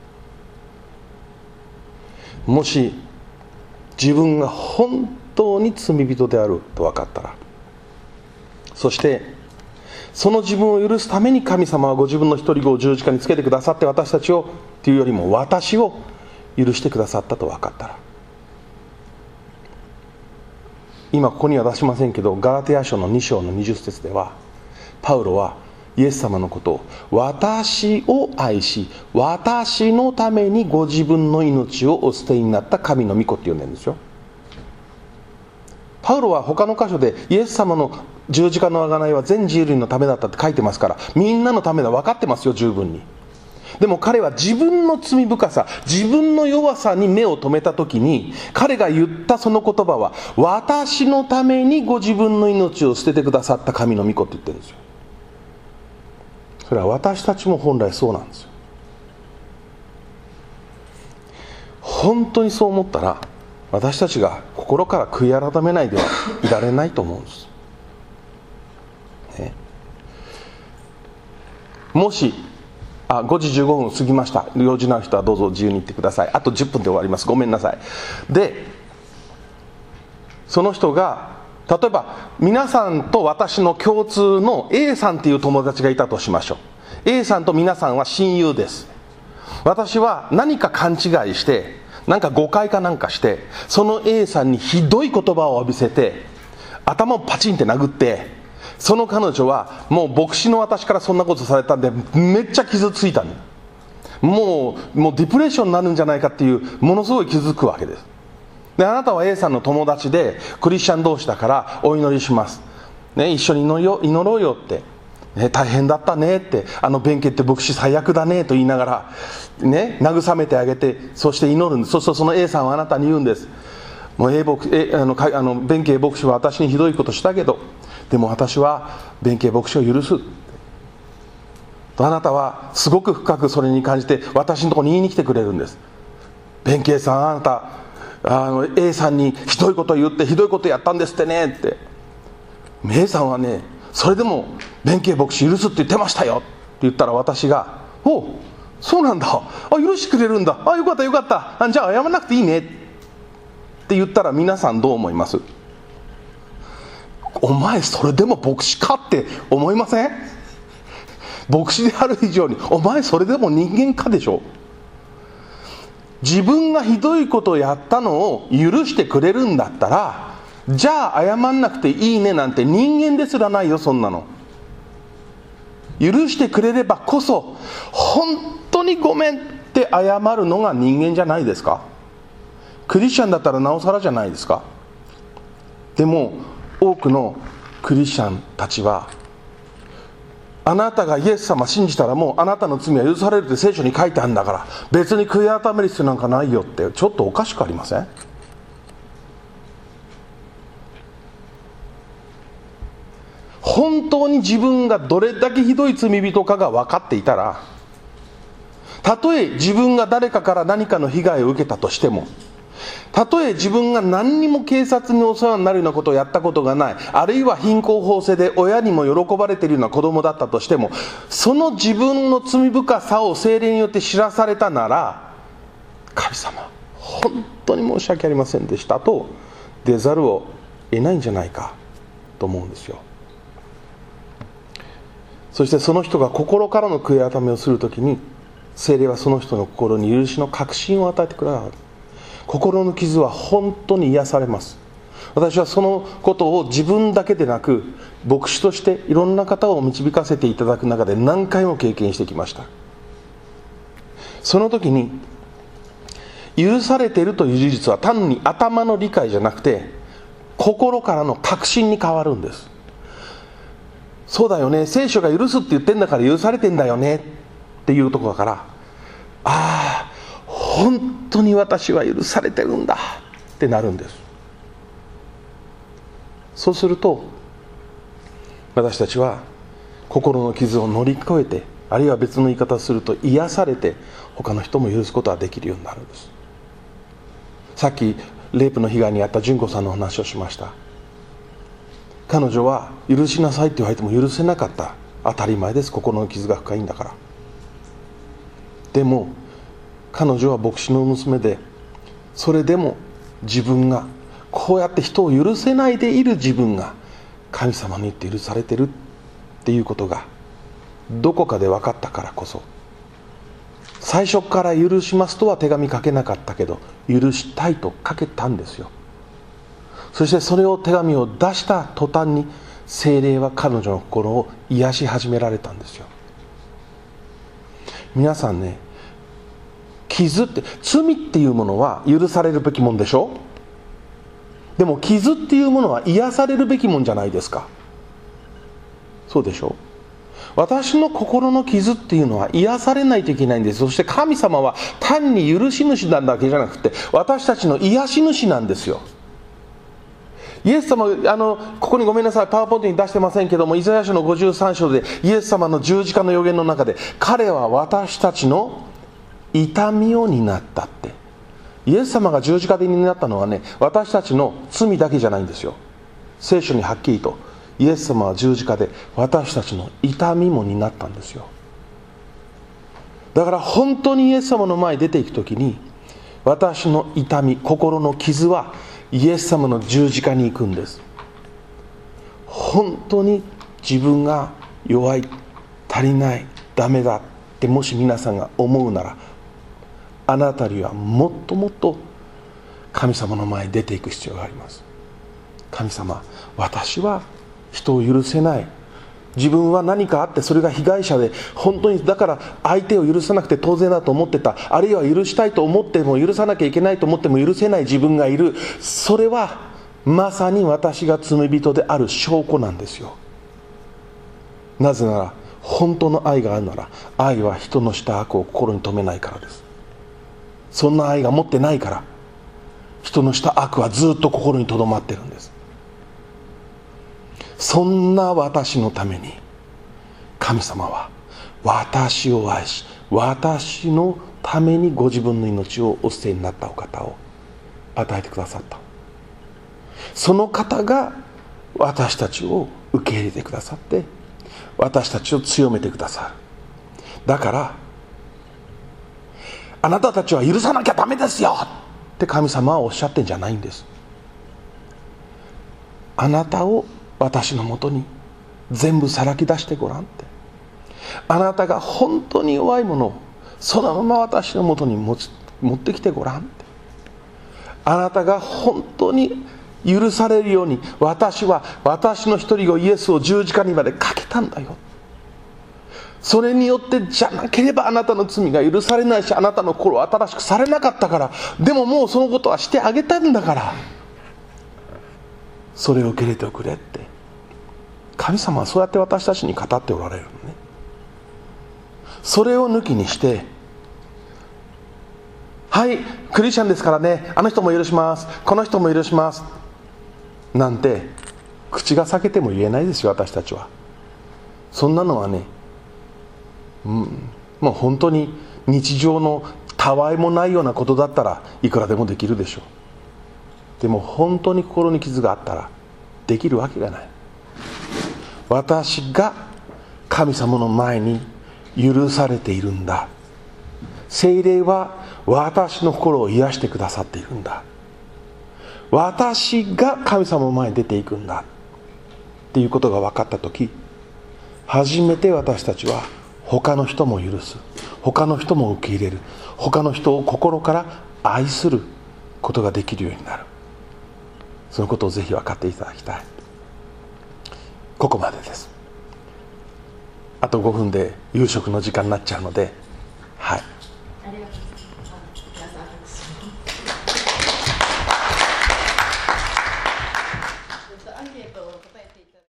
もし自分が本当に罪人であると分かったら、そしてその自分を許すために神様はご自分の一人子を十字架につけてくださって、私たちをというよりも私を許してくださったと分かったら、今ここには出しませんけどガラテヤ書の2章の20節ではパウロはイエス様のことを私を愛し私のためにご自分の命をお捨てになった神の御子って言うんですよ。パウロは他の箇所でイエス様の十字架の贖いは全人類のためだったって書いてますから、みんなのためだ分かってますよ十分に。でも彼は自分の罪深さ、自分の弱さに目を留めた時に彼が言ったその言葉は私のためにご自分の命を捨ててくださった神の御子って言ってるんですよ。それは私たちも本来そうなんですよ。本当にそう思ったら私たちが心から悔い改めないではいられないと思うんです、ね、もし5時15分過ぎました。用事のある人はどうぞ自由に言ってください。あと10分で終わります。ごめんなさい。でその人が例えば皆さんと私の共通の A さんっていう友達がいたとしましょう。 A さんと皆さんは親友です。私は何か勘違いしてなんか誤解かなんかしてその A さんにひどい言葉を浴びせて頭をパチンって殴って、その彼女はもう牧師の私からそんなことされたんでめっちゃ傷ついたの。もうディプレッションになるんじゃないかっていうものすごい傷つくわけです。であなたは A さんの友達でクリスチャン同士だからお祈りします、 ね、一緒に祈ろうよって、ね、大変だったねって、ベンケって牧師最悪だねと言いながら、ね、慰めてあげて、そして祈るんです。そうするとその A さんはあなたに言うんです。もうベンケ牧師は私にひどいことしたけど、でも私はベンケ牧師を許すと、あなたはすごく深くそれに感じて私のところに言いに来てくれるんです。ベンケイさん、あなたA さんにひどいことを言ってひどいことやったんですってねって。 A さんはね、それでもベンケイ牧師許すって言ってましたよって言ったら、私がおうそうなんだ、許してくれるんだ、よかったよかった、じゃあ謝らなくていいねって言ったら、皆さんどう思います？お前それでも牧師かって思いません？牧師である以上にお前それでも人間かでしょ。自分がひどいことをやったのを許してくれるんだったら、じゃあ謝んなくていいねなんて人間ですらないよ、そんなの。許してくれればこそ本当にごめんって謝るのが人間じゃないですか。クリスチャンだったらなおさらじゃないですか。でも多くのクリスチャンたちは、あなたがイエス様信じたらもうあなたの罪は許されるって聖書に書いてあるんだから別に悔い改める必要なんかないよって、ちょっとおかしくありません？本当に自分がどれだけひどい罪人かが分かっていたら、たとえ自分が誰かから何かの被害を受けたとしても、たとえ自分が何にも警察にお世話になるようなことをやったことがない、あるいは貧困法制で親にも喜ばれているような子供だったとしても、その自分の罪深さを聖霊によって知らされたなら、神様本当に申し訳ありませんでしたと出ざるを得ないんじゃないかと思うんですよ。そしてその人が心からの悔い改めをするときに、聖霊はその人の心に許しの確信を与えてくださる。心の傷は本当に癒されます。私はそのことを自分だけでなく牧師としていろんな方を導かせていただく中で何回も経験してきました。その時に許されているという事実は単に頭の理解じゃなくて心からの確信に変わるんです。そうだよね、聖書が許すって言ってんだから許されてんだよねっていうところから、ああ本当に私は許されてるんだってなるんです。そうすると私たちは心の傷を乗り越えて、あるいは別の言い方をすると癒されて、他の人も許すことができるようになるんです。さっきレイプの被害に遭った純子さんの話をしました。彼女は許しなさいって言われても許せなかった。当たり前です、心の傷が深いんだから。でも彼女は牧師の娘で、それでも自分がこうやって人を許せないでいる自分が神様に言って許されてるっていうことがどこかで分かったからこそ、最初から許しますとは手紙書けなかったけど許したいと書けたんですよ。そしてそれを手紙を出した途端に聖霊は彼女の心を癒し始められたんですよ。皆さんね、傷って罪っていうものは許されるべきもんでしょ。でも傷っていうものは癒されるべきもんじゃないですか。そうでしょ。私の心の傷っていうのは癒されないといけないんです。そして神様は単に許し主なんだけじゃなくて私たちの癒し主なんですよ。イエス様、ここにごめんなさい、パワーポイントに出してませんけども、イザヤ書の53章でイエス様の十字架の予言の中で、彼は私たちの痛みを担ったって。イエス様が十字架で担ったのはね、私たちの罪だけじゃないんですよ。聖書にはっきりとイエス様は十字架で私たちの痛みも担ったんですよ。だから本当にイエス様の前に出ていくときに、私の痛み、心の傷はイエス様の十字架に行くんです。本当に自分が弱い、足りない、ダメだってもし皆さんが思うなら、あなたにはもっともっと神様の前に出ていく必要があります。神様、私は人を許せない。自分は何かあってそれが被害者で、本当にだから相手を許さなくて当然だと思ってた、あるいは許したいと思っても許さなきゃいけないと思っても許せない自分がいる。それはまさに私が罪人である証拠なんですよ。なぜなら本当の愛があるなら、愛は人のした悪を心に留めないからです。そんな愛が持ってないから、人のした悪はずっと心にとどまってるんです。そんな私のために神様は私を愛し、私のためにご自分の命をお捨てになったお方を与えてくださった。その方が私たちを受け入れてくださって、私たちを強めてくださる。だからあなたたちは許さなきゃダメですよって神様はおっしゃってんじゃないんです。あなたを私のもとに全部さらき出してごらんって。あなたが本当に弱いものをそのまま私のもとに持ってきてごらんって。あなたが本当に許されるように、私は私の一人子イエスを十字架にまでかけたんだよ。それによってじゃなければあなたの罪が許されないし、あなたの心は新しくされなかったから。でももうそのことはしてあげたんだから、それを受け入れておくれって。神様はそうやって私たちに語っておられるのね。それを抜きにして、はいクリスチャンですからね、あの人も許します、この人も許しますなんて口が裂けても言えないですよ。私たちはそんなのはね、もう本当に日常のたわいもないようなことだったらいくらでもできるでしょう。でも本当に心に傷があったらできるわけがない。私が神様の前に許されているんだ。聖霊は私の心を癒してくださっているんだ。私が神様の前に出ていくんだっていうことが分かったとき、初めて私たちは他の人も許す、他の人も受け入れる、他の人を心から愛することができるようになる。そのことをぜひ分かっていただきたい。ここまでです。あと5分で夕食の時間になっちゃうので、はい。 ありがとうございます。